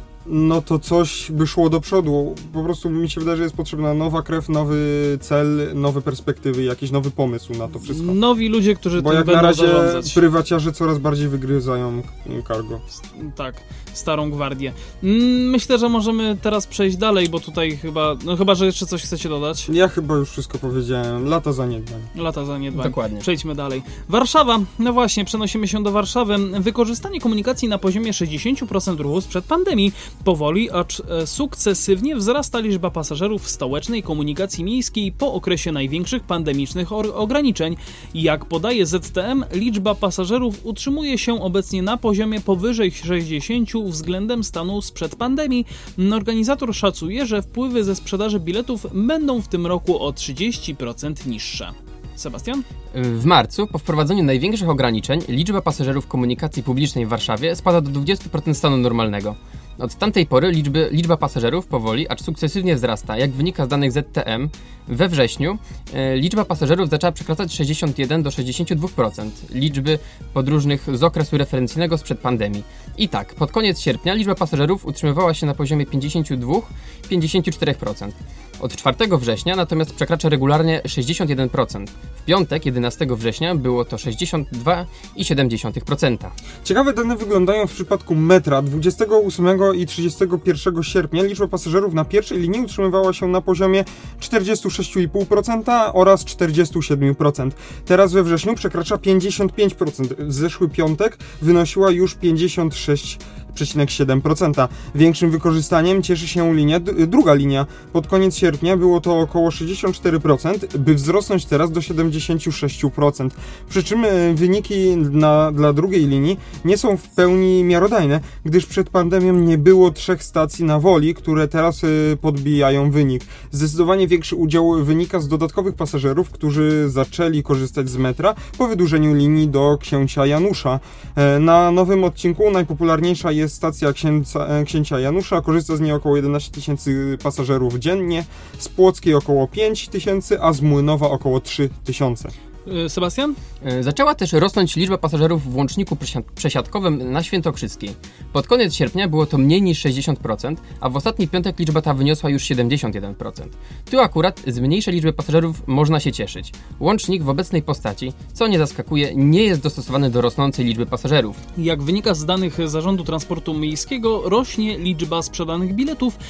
No to coś by szło do przodu. Po prostu mi się wydaje, że jest potrzebna nowa krew, nowy cel, nowe perspektywy, jakiś nowy pomysł na to wszystko. Nowi ludzie, którzy Bo tym jak będą na razie zarządzać. prywaciarze coraz bardziej wygryzają cargo. Tak, starą gwardię. Myślę, że możemy teraz przejść dalej, bo tutaj chyba, no chyba, że jeszcze coś chcecie dodać. Ja chyba już wszystko powiedziałem. Lata zaniedbań. Lata zaniedbań. Dokładnie. Przejdźmy dalej. Warszawa. No właśnie, przenosimy się do Warszawy. Wykorzystanie komunikacji na poziomie sześćdziesiąt procent ruchu sprzed pandemii. Powoli, acz sukcesywnie wzrasta liczba pasażerów w stołecznej komunikacji miejskiej po okresie największych pandemicznych ograniczeń. Jak podaje Z T M, liczba pasażerów utrzymuje się obecnie na poziomie powyżej sześćdziesięciu względem stanu sprzed pandemii. Organizator szacuje, że wpływy ze sprzedaży biletów będą w tym roku o trzydzieści procent niższe. Sebastian? W marcu, po wprowadzeniu największych ograniczeń, liczba pasażerów komunikacji publicznej w Warszawie spada do dwudziestu procent stanu normalnego. Od tamtej pory liczby, liczba pasażerów powoli, acz sukcesywnie wzrasta. Jak wynika z danych Z T M, we wrześniu e, liczba pasażerów zaczęła przekraczać sześćdziesiąt jeden do sześćdziesięciu dwóch procent liczby podróżnych z okresu referencyjnego sprzed pandemii. I tak, pod koniec sierpnia liczba pasażerów utrzymywała się na poziomie pięćdziesiąt dwa do pięćdziesięciu czterech procent. Od czwartego września natomiast przekracza regularnie sześćdziesiąt jeden procent. W piątek, jedenastego września, było to sześćdziesiąt dwa przecinek siedem procent. Ciekawe dane wyglądają w przypadku metra. dwudziestego ósmego i trzydziestego pierwszego sierpnia liczba pasażerów na pierwszej linii utrzymywała się na poziomie czterdzieści sześć przecinek pięć procent oraz czterdzieści siedem procent. Teraz we wrześniu przekracza pięćdziesiąt pięć procent. W zeszły piątek wynosiła już pięćdziesiąt sześć przecinek siedem procent. Większym wykorzystaniem cieszy się linia, druga linia. Pod koniec sierpnia było to około sześćdziesiąt cztery procent, by wzrosnąć teraz do siedemdziesiąt sześć procent. Przy czym wyniki na, dla drugiej linii nie są w pełni miarodajne, gdyż przed pandemią nie było trzech stacji na Woli, które teraz podbijają wynik. Zdecydowanie większy udział wynika z dodatkowych pasażerów, którzy zaczęli korzystać z metra po wydłużeniu linii do Księcia Janusza. Na nowym odcinku najpopularniejsza jest stacja Księcia, Księcia Janusza, korzysta z niej około jedenaście tysięcy pasażerów dziennie, z Płockiej około pięć tysięcy, a z Młynowa około trzy tysiące. Sebastian? Zaczęła też rosnąć liczba pasażerów w łączniku przesiadkowym na Świętokrzyskiej. Pod koniec sierpnia było to mniej niż sześćdziesiąt procent, a w ostatni piątek liczba ta wyniosła już siedemdziesiąt jeden procent. Tu akurat z mniejszej liczby pasażerów można się cieszyć. Łącznik w obecnej postaci, co nie zaskakuje, nie jest dostosowany do rosnącej liczby pasażerów. Jak wynika z danych Zarządu Transportu Miejskiego, rośnie liczba sprzedanych biletów,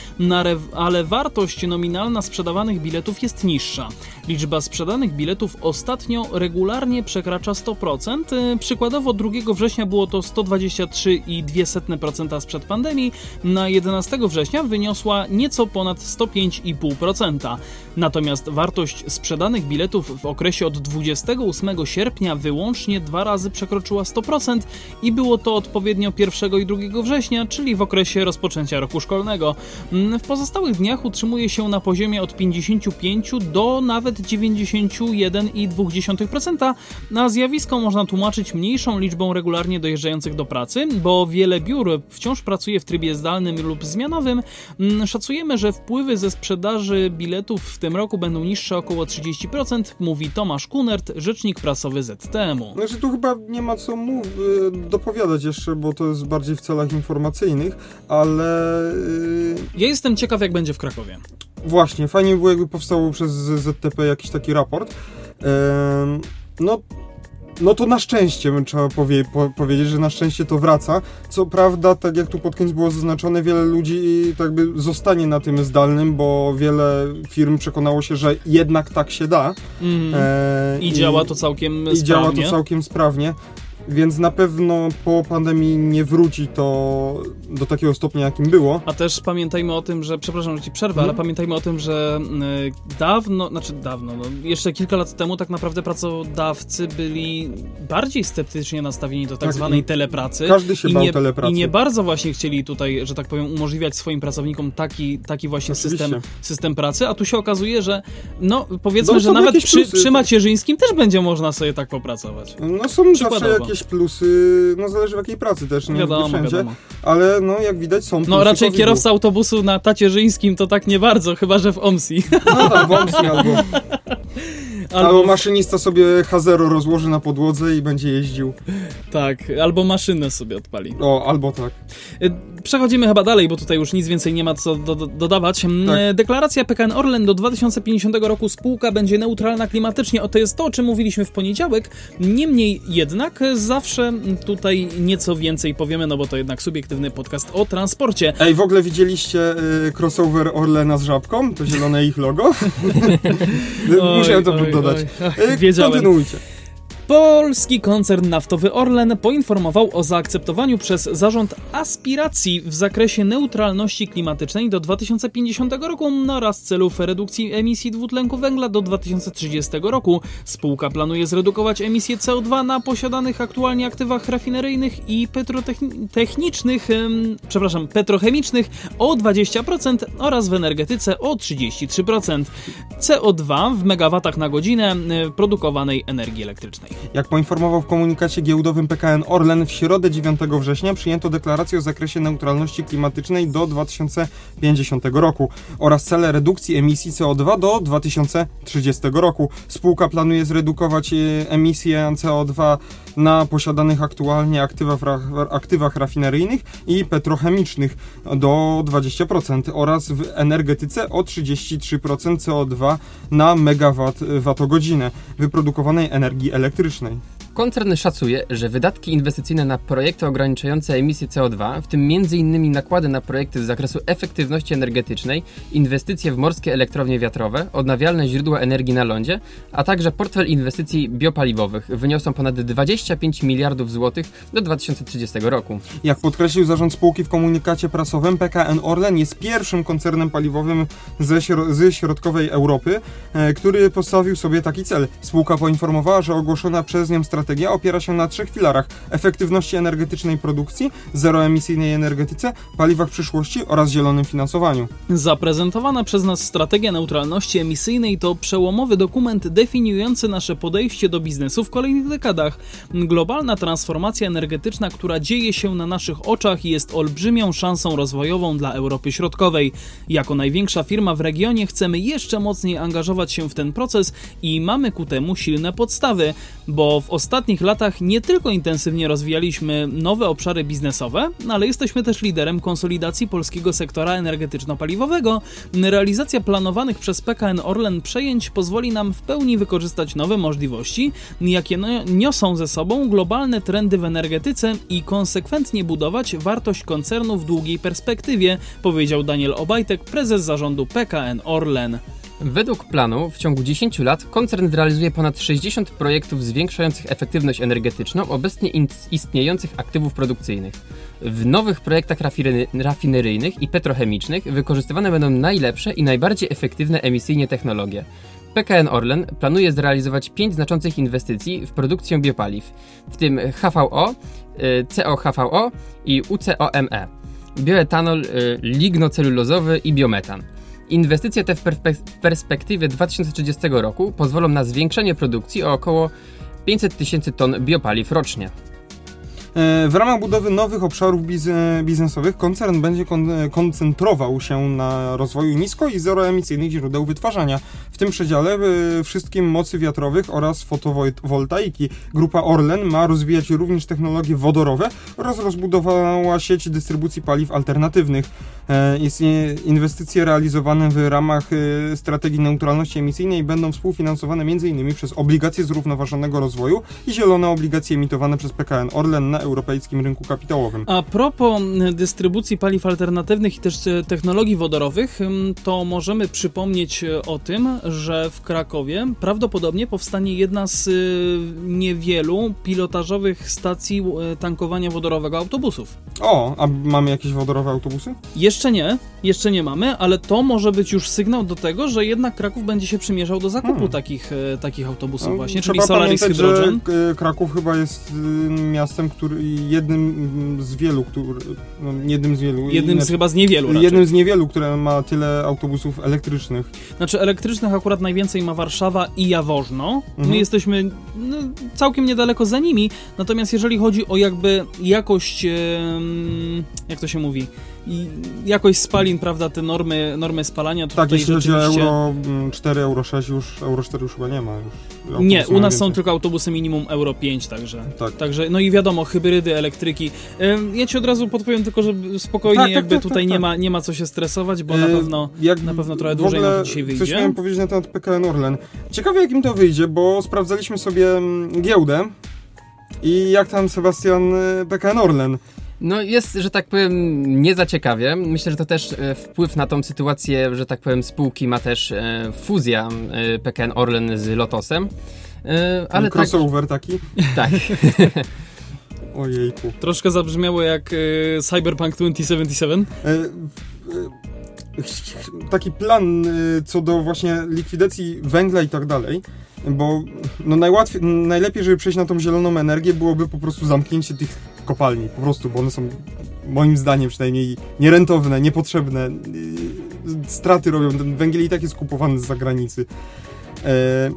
ale wartość nominalna sprzedawanych biletów jest niższa. Liczba sprzedanych biletów ostatnio regularnie przekracza sto procent. Przykładowo drugiego września było to sto dwadzieścia trzy przecinek dwa procent sprzed pandemii, na jedenastego września wyniosła nieco ponad sto pięć przecinek pięć procent. Natomiast wartość sprzedanych biletów w okresie od dwudziestego ósmego sierpnia wyłącznie dwa razy przekroczyła sto procent i było to odpowiednio pierwszego i drugiego września, czyli w okresie rozpoczęcia roku szkolnego. W pozostałych dniach utrzymuje się na poziomie od pięćdziesięciu pięciu do nawet dziewięćdziesięciu jeden przecinek dwa procent. Na zjawisko można tłumaczyć mniejszą liczbą regularnie dojeżdżających do pracy, bo wiele biur wciąż pracuje w trybie zdalnym lub zmianowym. Szacujemy, że wpływy ze sprzedaży biletów w tym roku będą niższe około trzydzieści procent, mówi Tomasz Kunert, rzecznik prasowy Z T M u. Znaczy tu chyba nie ma co mów, dopowiadać jeszcze, bo to jest bardziej w celach informacyjnych, ale... Ja jestem ciekaw, jak będzie w Krakowie. Właśnie, fajnie by było, jakby powstało przez Z T P jakiś taki raport. No, no to na szczęście trzeba powie, po, powiedzieć, że na szczęście to wraca. Co prawda, tak jak tu pod koniec było zaznaczone, wiele ludzi tak by zostanie na tym zdalnym, bo wiele firm przekonało się, że jednak tak się da. Mm. E, I, I działa to całkiem i sprawnie. I działa to całkiem sprawnie. Więc na pewno po pandemii nie wróci to do takiego stopnia, jakim było. A też pamiętajmy o tym, że, przepraszam, że ci przerwę, hmm. ale pamiętajmy o tym, że y, dawno, znaczy dawno, no, jeszcze kilka lat temu tak naprawdę pracodawcy byli bardziej sceptycznie nastawieni do tak, tak zwanej telepracy. Każdy się i bał nie, telepracy. I nie bardzo właśnie chcieli tutaj, że tak powiem, umożliwiać swoim pracownikom taki, taki właśnie system, system pracy, a tu się okazuje, że no powiedzmy, no, że nawet przy, przy macierzyńskim też będzie można sobie tak popracować. No są zawsze jakieś plusy, no zależy w jakiej pracy też, nie wiadomo, wszędzie, wiadomo. ale no jak widać są plusy. No raczej COVID-u. Kierowca autobusu na tacierzyńskim to tak nie bardzo, chyba że w O M S I. No tak, w O M S I albo... Albo, albo maszynista sobie H zero rozłoży na podłodze i będzie jeździł. Tak, albo maszynę sobie odpali. O, albo tak. Przechodzimy chyba dalej, bo tutaj już nic więcej nie ma co do, do, dodawać. Tak. Deklaracja P K N Orlen do dwa tysiące pięćdziesiątego roku spółka będzie neutralna klimatycznie. O, to jest to, o czym mówiliśmy w poniedziałek. Niemniej jednak zawsze tutaj nieco więcej powiemy, no bo to jednak subiektywny podcast o transporcie. Ej, w ogóle widzieliście y, crossover Orlena z żabką? To zielone ich logo? Musiałem to oj, dodać. Oj, oj. Ach, wiedziałem. Kontynuujcie. Polski koncern naftowy Orlen poinformował o zaakceptowaniu przez zarząd aspiracji w zakresie neutralności klimatycznej do dwa tysiące pięćdziesiątego roku oraz celów redukcji emisji dwutlenku węgla do dwa tysiące trzydziestego roku. Spółka planuje zredukować emisję C O dwa na posiadanych aktualnie aktywach rafineryjnych i petrotechnicznych, ym, przepraszam, petrochemicznych o dwadzieścia procent oraz w energetyce o trzydzieści trzy procent. C O dwa w megawatach na godzinę y, produkowanej energii elektrycznej. Jak poinformował w komunikacie giełdowym P K N Orlen, w środę dziewiątego września przyjęto deklarację o zakresie neutralności klimatycznej do dwa tysiące pięćdziesiątego roku oraz cele redukcji emisji C O dwa do dwa tysiące trzydziestego roku. Spółka planuje zredukować emisję C O dwa na posiadanych aktualnie aktywach, aktywach rafineryjnych i petrochemicznych do dwadzieścia procent oraz w energetyce o trzydzieści trzy procent C O dwa na megawattogodzinę wyprodukowanej energii elektrycznej. Koncern szacuje, że wydatki inwestycyjne na projekty ograniczające emisję C O dwa, w tym między innymi nakłady na projekty z zakresu efektywności energetycznej, inwestycje w morskie elektrownie wiatrowe, odnawialne źródła energii na lądzie, a także portfel inwestycji biopaliwowych wyniosą ponad dwadzieścia pięć miliardów złotych do dwa tysiące trzydziestego roku. Jak podkreślił zarząd spółki w komunikacie prasowym, P K N Orlen jest pierwszym koncernem paliwowym ze, śro- ze środkowej Europy, e, który postawił sobie taki cel. Spółka poinformowała, że ogłoszona przez nią strategia opiera się na trzech filarach: efektywności energetycznej produkcji, zeroemisyjnej energetyce, paliwach przyszłości oraz zielonym finansowaniu. Zaprezentowana przez nas strategia neutralności emisyjnej to przełomowy dokument definiujący nasze podejście do biznesu w kolejnych dekadach. Globalna transformacja energetyczna, która dzieje się na naszych oczach, jest olbrzymią szansą rozwojową dla Europy Środkowej. Jako największa firma w regionie chcemy jeszcze mocniej angażować się w ten proces i mamy ku temu silne podstawy, bo w ostatnich latach nie tylko intensywnie rozwijaliśmy nowe obszary biznesowe, ale jesteśmy też liderem konsolidacji polskiego sektora energetyczno-paliwowego. Realizacja planowanych przez P K N Orlen przejęć pozwoli nam w pełni wykorzystać nowe możliwości, jakie niosą ze sobą globalne trendy w energetyce i konsekwentnie budować wartość koncernu w długiej perspektywie, powiedział Daniel Obajtek, prezes zarządu P K N Orlen. Według planu w ciągu dziesięciu lat koncern zrealizuje ponad sześćdziesiąt projektów zwiększających efektywność energetyczną obecnie istniejących aktywów produkcyjnych. W nowych projektach rafinery- rafineryjnych i petrochemicznych wykorzystywane będą najlepsze i najbardziej efektywne emisyjnie technologie. P K N Orlen planuje zrealizować pięć znaczących inwestycji w produkcję biopaliw, w tym H V O, C O H V O i U C O M E, bioetanol lignocelulozowy i biometan. Inwestycje te w, perspe- w perspektywie dwa tysiące trzydziestego roku pozwolą na zwiększenie produkcji o około pięćset tysięcy ton biopaliw rocznie. W ramach budowy nowych obszarów biz- biznesowych koncern będzie kon- koncentrował się na rozwoju nisko- i zeroemisyjnych źródeł wytwarzania. W tym przedziale y, wszystkim mocy wiatrowych oraz fotowoltaiki. Grupa Orlen ma rozwijać również technologie wodorowe oraz rozbudowała sieć dystrybucji paliw alternatywnych. E, jest, inwestycje realizowane w ramach y, strategii neutralności emisyjnej będą współfinansowane między innymi przez obligacje zrównoważonego rozwoju i zielone obligacje emitowane przez P K N Orlen na europejskim rynku kapitałowym. A propos dystrybucji paliw alternatywnych i też technologii wodorowych, to możemy przypomnieć o tym, że w Krakowie prawdopodobnie powstanie jedna z niewielu pilotażowych stacji tankowania wodorowego autobusów. O, a mamy jakieś wodorowe autobusy? Jeszcze nie, jeszcze nie mamy, ale to może być już sygnał do tego, że jednak Kraków będzie się przymierzał do zakupu Hmm. takich, e, takich autobusów No, właśnie, trzeba czyli Solaris pamiętać, Hydrogen. że Kraków chyba jest miastem, który jednym z wielu, który, no, jednym z wielu. Jednym z inaczej, chyba z niewielu raczej. jednym z niewielu, które ma tyle autobusów elektrycznych. Znaczy elektrycznych akurat najwięcej ma Warszawa i Jaworzno. Mhm. My jesteśmy no, całkiem niedaleko za nimi, natomiast jeżeli chodzi o jakby jakość, em, jak to się mówi, i jakość spalin, prawda, te normy, normy spalania, to Tak, tutaj jeśli chodzi o rzeczywiście... euro cztery, euro sześć, już euro cztery już chyba nie ma. Już Nie, autobusy u mają nas są więcej. tylko autobusy minimum euro pięć, także, Tak. także, no i wiadomo, hybrydy, elektryki. Em, Ja ci od razu podpowiem tylko, że spokojnie Tak, tak, jakby tak, tutaj tak, nie, tak. ma, nie ma co się stresować, bo na E, pewno, jak na pewno trochę w dłużej ogóle nam to dzisiaj Coś wyjdzie. miałem powiedzieć na temat P K N Orlen. Ciekawe, jak im to wyjdzie, bo sprawdzaliśmy sobie mm, giełdę i jak tam, Sebastian, y, P K N Orlen. No jest, że tak powiem, nie za ciekawie. Myślę, że to też e, wpływ na tą sytuację, że tak powiem, spółki ma też e, fuzja e, P K N Orlen z Lotosem. E, ale tak, Crossover taki. tak. Ojejku. Troszkę zabrzmiało jak y, Cyberpunk dwa tysiące siedemdziesiąt siedem. E, e, ch- ch- taki plan e, co do właśnie likwidacji węgla i tak dalej, bo no najłatwiej, najlepiej, żeby przejść na tą zieloną energię, byłoby po prostu zamknięcie tych kopalni, po prostu, bo one są moim zdaniem przynajmniej nierentowne, niepotrzebne, e, straty robią, ten węgiel i tak jest kupowany z zagranicy. E,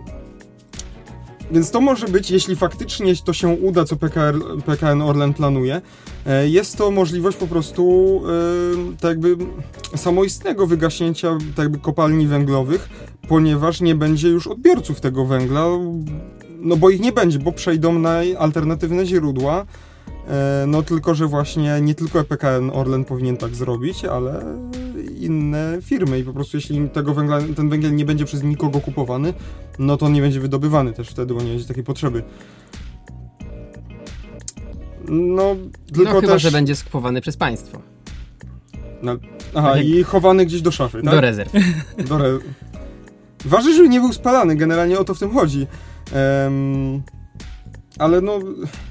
Więc to może być, jeśli faktycznie to się uda, co P K R, P K N Orlen planuje, e, jest to możliwość po prostu e, tak jakby samoistnego wygaśnięcia tak jakby kopalni węglowych, ponieważ nie będzie już odbiorców tego węgla, no bo ich nie będzie, bo przejdą na alternatywne źródła. E, no tylko, że właśnie nie tylko P K N Orlen powinien tak zrobić, ale inne firmy i po prostu jeśli tego węgla, ten węgiel nie będzie przez nikogo kupowany, no to on nie będzie wydobywany też wtedy, bo nie będzie takiej potrzeby. No, tylko No chyba, też... że będzie skupowany przez państwo. No, aha, Tak. i chowany gdzieś do szafy, tak? Do rezerw. Do re... Ważne, żeby nie był spalany, generalnie o to w tym chodzi. Em, ale no...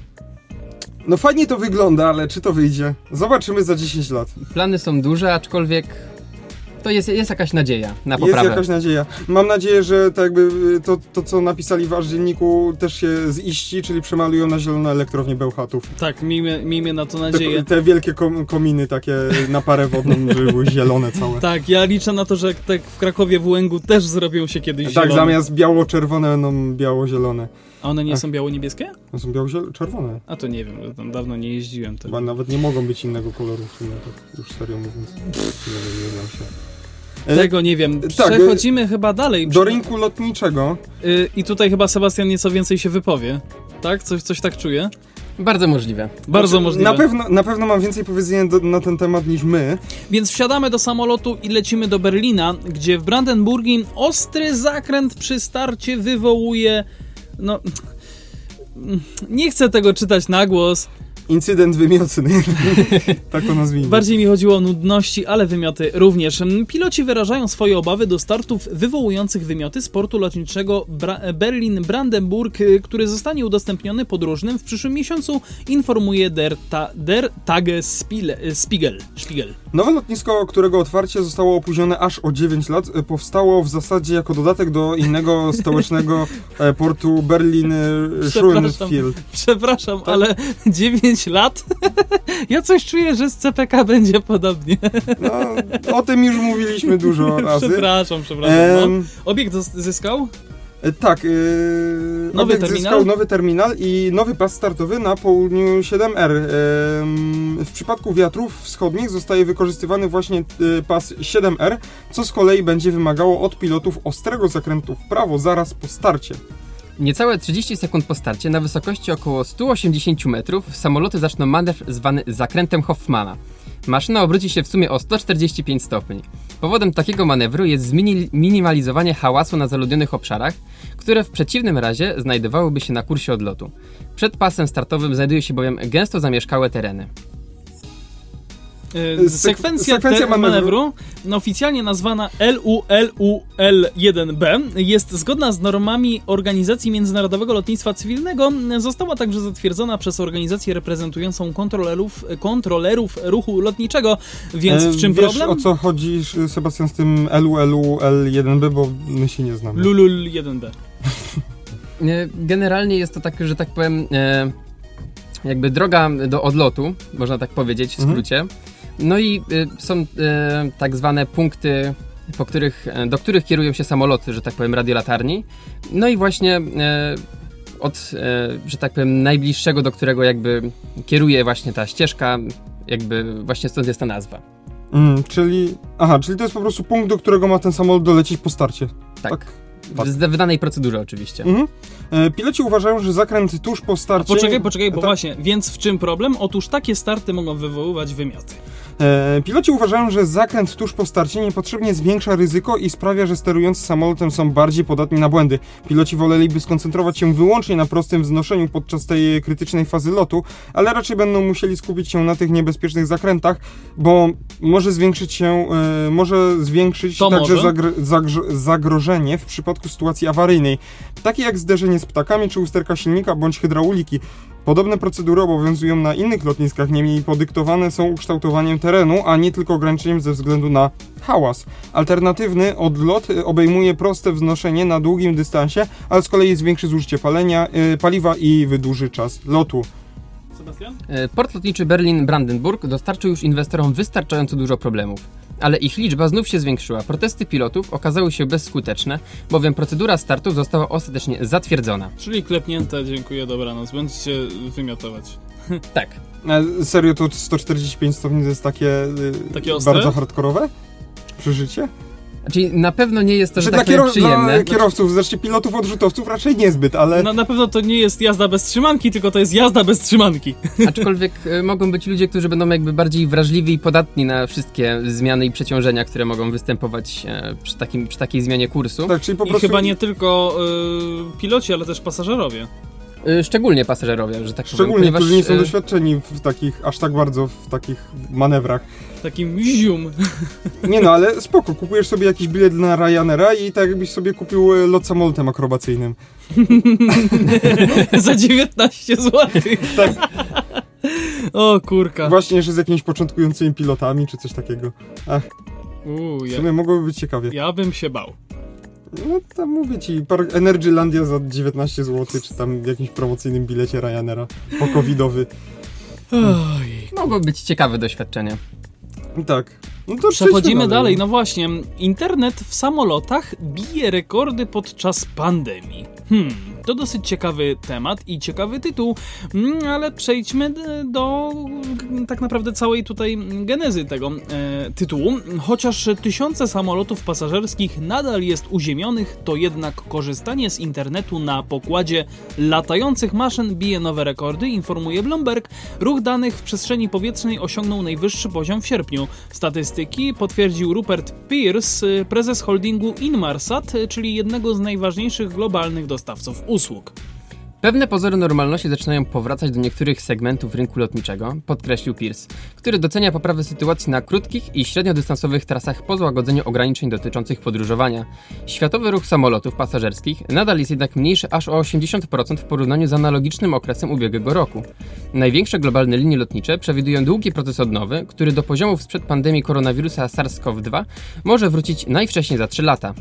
No fajnie to wygląda, ale czy to wyjdzie? Zobaczymy za dziesięć lat. Plany są duże, aczkolwiek to jest, jest jakaś nadzieja na Jest poprawę. jakaś nadzieja. Mam nadzieję, że tak jakby to, to, co napisali w aż dzienniku, też się ziści, czyli przemalują na zielono elektrownię Bełchatów. Tak, miejmy, miejmy na to Te, nadzieję. te wielkie kom, kominy takie na parę wodną, żeby były zielone całe. Tak, ja liczę na to, że tak w Krakowie w Łęgu też zrobią się kiedyś Tak, zielone. zamiast biało-czerwone będą biało-zielone. A one nie Ach. są biało-niebieskie? No są biało-czerwone. A to nie wiem, bo tam dawno nie jeździłem. To... Chyba nawet nie mogą być innego koloru w sumie, tak już serio mówiąc. Nie wiem, nie znam się. E, Tego nie wiem. tak, Przechodzimy chyba dalej. Do rynku lotniczego. Y, I tutaj chyba Sebastian nieco więcej się wypowie. Tak? Coś, coś tak czuję? Bardzo możliwe. Bardzo Znaczy, możliwe. Na pewno, na pewno mam więcej powiedzenia do, na ten temat niż my. Więc wsiadamy do samolotu i lecimy do Berlina, gdzie w Brandenburgii ostry zakręt przy starcie wywołuje... No... Nie chcę tego czytać na głos. Incydent wymiotny. Tak to nazwijmy. Bardziej mi chodziło o nudności, ale wymioty również. Piloci wyrażają swoje obawy do startów wywołujących wymioty z portu lotniczego Bra- Berlin-Brandenburg, który zostanie udostępniony podróżnym w przyszłym miesiącu, informuje Der, Ta- Der Tagesspiegel. Spiegel. Spiegel. Nowe lotnisko, którego otwarcie zostało opóźnione aż o dziewięć lat, powstało w zasadzie jako dodatek do innego stołecznego e, portu Berlin-Schönefeld. Przepraszam, ale dziewięć lat? Ja coś czuję, że z C P K będzie podobnie. No, o tym już mówiliśmy dużo razy. Przepraszam, przepraszam. Em, No. Obiekt zos- zyskał? E, Tak, yy, Nowy obiekt terminal? zyskał nowy terminal i nowy pas startowy na południu siedem R. Ym, w przypadku wiatrów wschodnich zostaje wykorzystywany właśnie y, pas siedem R, co z kolei będzie wymagało od pilotów ostrego zakrętu w prawo zaraz po starcie. Niecałe trzydzieści sekund po starcie, na wysokości około sto osiemdziesiąt metrów, samoloty zaczną manewr zwany zakrętem Hoffmana. Maszyna obróci się w sumie o sto czterdzieści pięć stopni. Powodem takiego manewru jest zminimalizowanie hałasu na zaludnionych obszarach, które w przeciwnym razie znajdowałyby się na kursie odlotu. Przed pasem startowym znajdują się bowiem gęsto zamieszkałe tereny. Yy, sekwencja, sekwencja te manewru, manewru, oficjalnie nazwana L U L U L jeden B, jest zgodna z normami Organizacji Międzynarodowego Lotnictwa Cywilnego. Została także zatwierdzona przez organizację reprezentującą kontrolerów, kontrolerów ruchu lotniczego, więc w czym Wiesz, problem? O co chodzi, Sebastian, z tym L U L U L jeden B, bo my się nie znamy. L U L U L jeden B. Generalnie jest to tak, że tak powiem, jakby droga do odlotu, można tak powiedzieć w skrócie. Mhm. No i są tak zwane punkty, po których, do których kierują się samoloty, że tak powiem, radiolatarni. No i właśnie od, że tak powiem, najbliższego, do którego jakby kieruje właśnie ta ścieżka, jakby właśnie stąd jest ta nazwa. Mm, czyli, aha, czyli to jest po prostu punkt, do którego ma ten samolot dolecieć po starcie. Tak. tak? W wydanej procedurze oczywiście. Mhm. E, piloci uważają, że zakręt tuż po starcie... A poczekaj, poczekaj, bo ta... właśnie, więc w czym problem? Otóż takie starty mogą wywoływać wymioty. E, piloci uważają, że zakręt tuż po starcie niepotrzebnie zwiększa ryzyko i sprawia, że sterujący samolotem są bardziej podatni na błędy. Piloci woleliby skoncentrować się wyłącznie na prostym wznoszeniu podczas tej krytycznej fazy lotu, ale raczej będą musieli skupić się na tych niebezpiecznych zakrętach, bo może zwiększyć się, e, może zwiększyć to także może. Zagr- zagr- zagrożenie w przypadku sytuacji awaryjnej, takie jak zderzenie z ptakami czy usterka silnika bądź hydrauliki. Podobne procedury obowiązują na innych lotniskach, niemniej podyktowane są ukształtowaniem terenu, a nie tylko ograniczeniem ze względu na hałas. Alternatywny odlot obejmuje proste wznoszenie na długim dystansie, ale z kolei zwiększy zużycie palenia, yy, paliwa i wydłuży czas lotu. Sebastian? Port lotniczy Berlin-Brandenburg dostarczył już inwestorom wystarczająco dużo problemów. Ale ich liczba znów się zwiększyła. Protesty pilotów okazały się bezskuteczne, bowiem procedura startów została ostatecznie zatwierdzona. Czyli klepnięte, dziękuję, dobranoc. Będziecie wymiotować. Tak. A serio, to sto czterdzieści pięć stopni to jest takie, takie yy, bardzo hardkorowe przeżycie? Czyli na pewno nie jest to, że znaczy, tak dla powiem, przyjemne. Dla kierowców, zresztą pilotów, odrzutowców raczej niezbyt, ale... No, na pewno to nie jest jazda bez trzymanki, tylko to jest jazda bez trzymanki. Aczkolwiek y, mogą być ludzie, którzy będą jakby bardziej wrażliwi i podatni na wszystkie zmiany i przeciążenia, które mogą występować e, przy, takim, przy takiej zmianie kursu. Tak, czyli po I prostu... chyba nie tylko y, piloci, ale też pasażerowie. Y, szczególnie pasażerowie, że tak Szczególnie, powiem. Ponieważ, którzy nie są y, doświadczeni w takich, aż tak bardzo w takich manewrach. Takim zium. Nie no, ale spoko, kupujesz sobie jakiś bilet na Ryanaira i tak jakbyś sobie kupił lot samolotem akrobacyjnym. Za dziewiętnaście złotych. Tak. O kurka. Właśnie, że z jakimiś początkującymi pilotami, czy coś takiego. Ach, Uu, w ja, sumie mogłoby być ciekawie. ja bym się bał. No tam mówię ci, Energylandia za dziewiętnaście złotych, czy tam w jakimś promocyjnym bilecie Ryanaira, po-covidowy. Oj. Mogło być ciekawe doświadczenie. Tak. No to przechodzimy dalej. No właśnie, internet w samolotach bije rekordy podczas pandemii. Hmm, to dosyć ciekawy temat i ciekawy tytuł, ale przejdźmy do tak naprawdę całej tutaj genezy tego e, tytułu. Chociaż tysiące samolotów pasażerskich nadal jest uziemionych, to jednak korzystanie z internetu na pokładzie latających maszyn bije nowe rekordy, informuje Bloomberg. Ruch danych w przestrzeni powietrznej osiągnął najwyższy poziom w sierpniu. Statystyki potwierdził Rupert Pierce, prezes holdingu Inmarsat, czyli jednego z najważniejszych globalnych dostawców usług. Pewne pozory normalności zaczynają powracać do niektórych segmentów rynku lotniczego, podkreślił Pierce, który docenia poprawę sytuacji na krótkich i średniodystansowych trasach po złagodzeniu ograniczeń dotyczących podróżowania. Światowy ruch samolotów pasażerskich nadal jest jednak mniejszy aż o osiemdziesiąt procent w porównaniu z analogicznym okresem ubiegłego roku. Największe globalne linie lotnicze przewidują długi proces odnowy, który do poziomów sprzed pandemii koronawirusa SARS-CoV dwa może wrócić najwcześniej za trzy lata.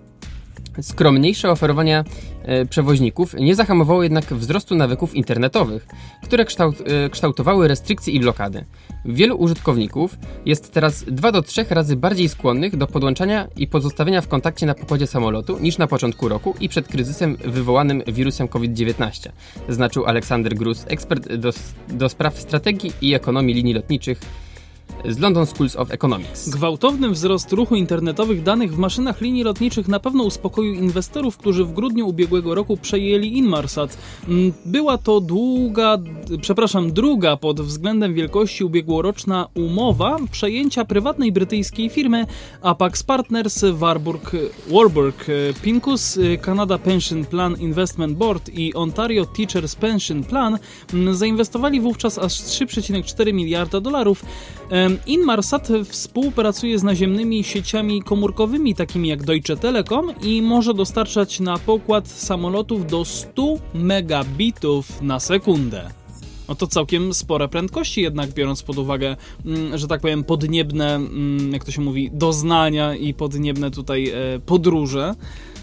Skromniejsze oferowania e, przewoźników nie zahamowało jednak wzrostu nawyków internetowych, które kształt, e, kształtowały restrykcje i blokady. Wielu użytkowników jest teraz dwa do trzech razy bardziej skłonnych do podłączania i pozostawienia w kontakcie na pokładzie samolotu niż na początku roku i przed kryzysem wywołanym wirusem COVID dziewiętnaście, zaznaczył Aleksander Gruz, ekspert do, do spraw strategii i ekonomii linii lotniczych z London School of Economics. Gwałtowny wzrost ruchu internetowych danych w maszynach linii lotniczych na pewno uspokoił inwestorów, którzy w grudniu ubiegłego roku przejęli Inmarsat. Była to długa, przepraszam, druga pod względem wielkości ubiegłoroczna umowa przejęcia prywatnej brytyjskiej firmy Apax Partners, Warburg, Warburg Pincus, Canada Pension Plan Investment Board i Ontario Teachers Pension Plan zainwestowali wówczas aż trzy przecinek cztery miliarda dolarów. Inmarsat współpracuje z naziemnymi sieciami komórkowymi, takimi jak Deutsche Telekom, i może dostarczać na pokład samolotów do stu megabitów na sekundę. No to całkiem spore prędkości jednak, biorąc pod uwagę, że tak powiem, podniebne, jak to się mówi, doznania i podniebne tutaj podróże,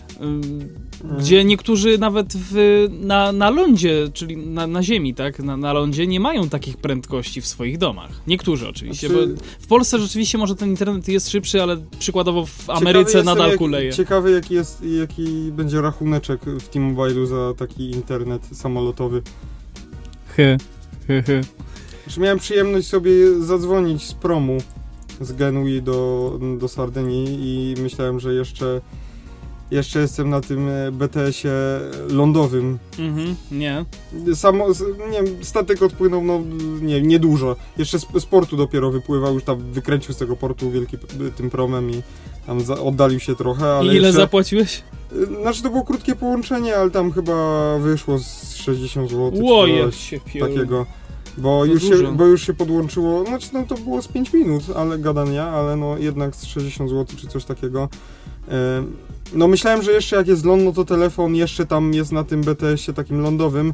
gdzie niektórzy nawet w, na, na lądzie, czyli na, na ziemi, tak, na, na lądzie nie mają takich prędkości w swoich domach. Niektórzy oczywiście, znaczy, bo w Polsce rzeczywiście może ten internet jest szybszy, ale przykładowo w Ameryce nadal jak, kuleje. Ciekawy jaki jest, jaki będzie rachuneczek w T-Mobile'u za taki internet samolotowy. He, he, he. Znaczy, miałem przyjemność sobie zadzwonić z promu z Genui do, do Sardynii i myślałem, że jeszcze Jeszcze jestem na tym B T S-ie lądowym. Mhm, nie. Samo, nie wiem, statek odpłynął, no nie, niedużo. Jeszcze z, z portu dopiero wypływał, już tam wykręcił z tego portu wielki tym promem i tam za, oddalił się trochę, ale I ile jeszcze, zapłaciłeś? Znaczy to było krótkie połączenie, ale tam chyba wyszło z sześćdziesiąt złotych. Łoje się takiego. Bo już, się, bo już się podłączyło, znaczy no to było z pięć minut, ale gadania, ale no jednak z sześćdziesiąt złotych czy coś takiego. No myślałem, że jeszcze jak jest ląd, no to telefon jeszcze tam jest na tym B T S-ie takim lądowym,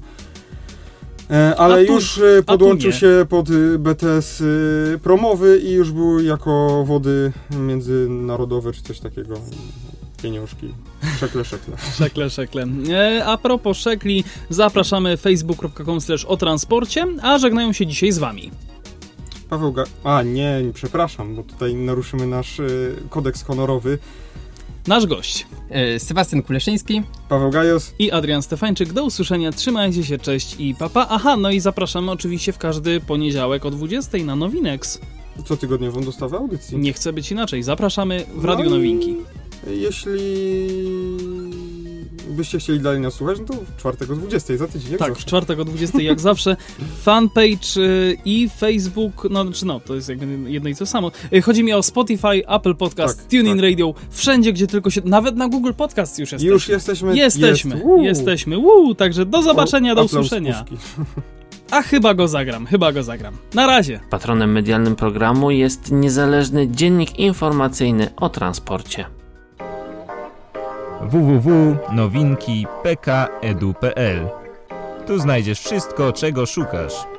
ale tu, już podłączył się pod B T S promowy i już był jako wody międzynarodowe czy coś takiego. Pieniążki. Szekle, szekle. Szekle, szekle. E, a propos szekli, zapraszamy facebook kropka com slash o transporcie, a żegnają się dzisiaj z wami Paweł Ga... A, nie, przepraszam, bo tutaj naruszymy nasz y, kodeks honorowy. Nasz gość. E, Sebastian Kuleszyński. Paweł Gajos. I Adrian Stefańczyk. Do usłyszenia. Trzymajcie się, cześć i papa. Aha, no i zapraszamy oczywiście w każdy poniedziałek o dwudziestej na Nowinex. Cotygodniową dostawę audycji. Nie chce być inaczej. Zapraszamy w Radio no Nowinki. Jeśli byście chcieli dalej nas słuchać, no to w czwartek o dwudziestej za tydzień, jak Tak, zawsze. w czwartek o dwudziestej jak zawsze. Fanpage y, i Facebook, no czy no, to jest jakby jedno i to samo. Y, chodzi mi o Spotify, Apple Podcast, tak, TuneIn tak. Radio, wszędzie, gdzie tylko się... Nawet na Google Podcast już jesteśmy. Już jesteśmy. Jesteśmy, jest. jesteśmy. Woo, także do zobaczenia, o, do aplauz usłyszenia. puszki. A chyba go zagram, chyba go zagram. Na razie. Patronem medialnym programu jest niezależny dziennik informacyjny o transporcie. w w w kropka nowinki kropka p k kropka e d u kropka p l. Tu znajdziesz wszystko, czego szukasz.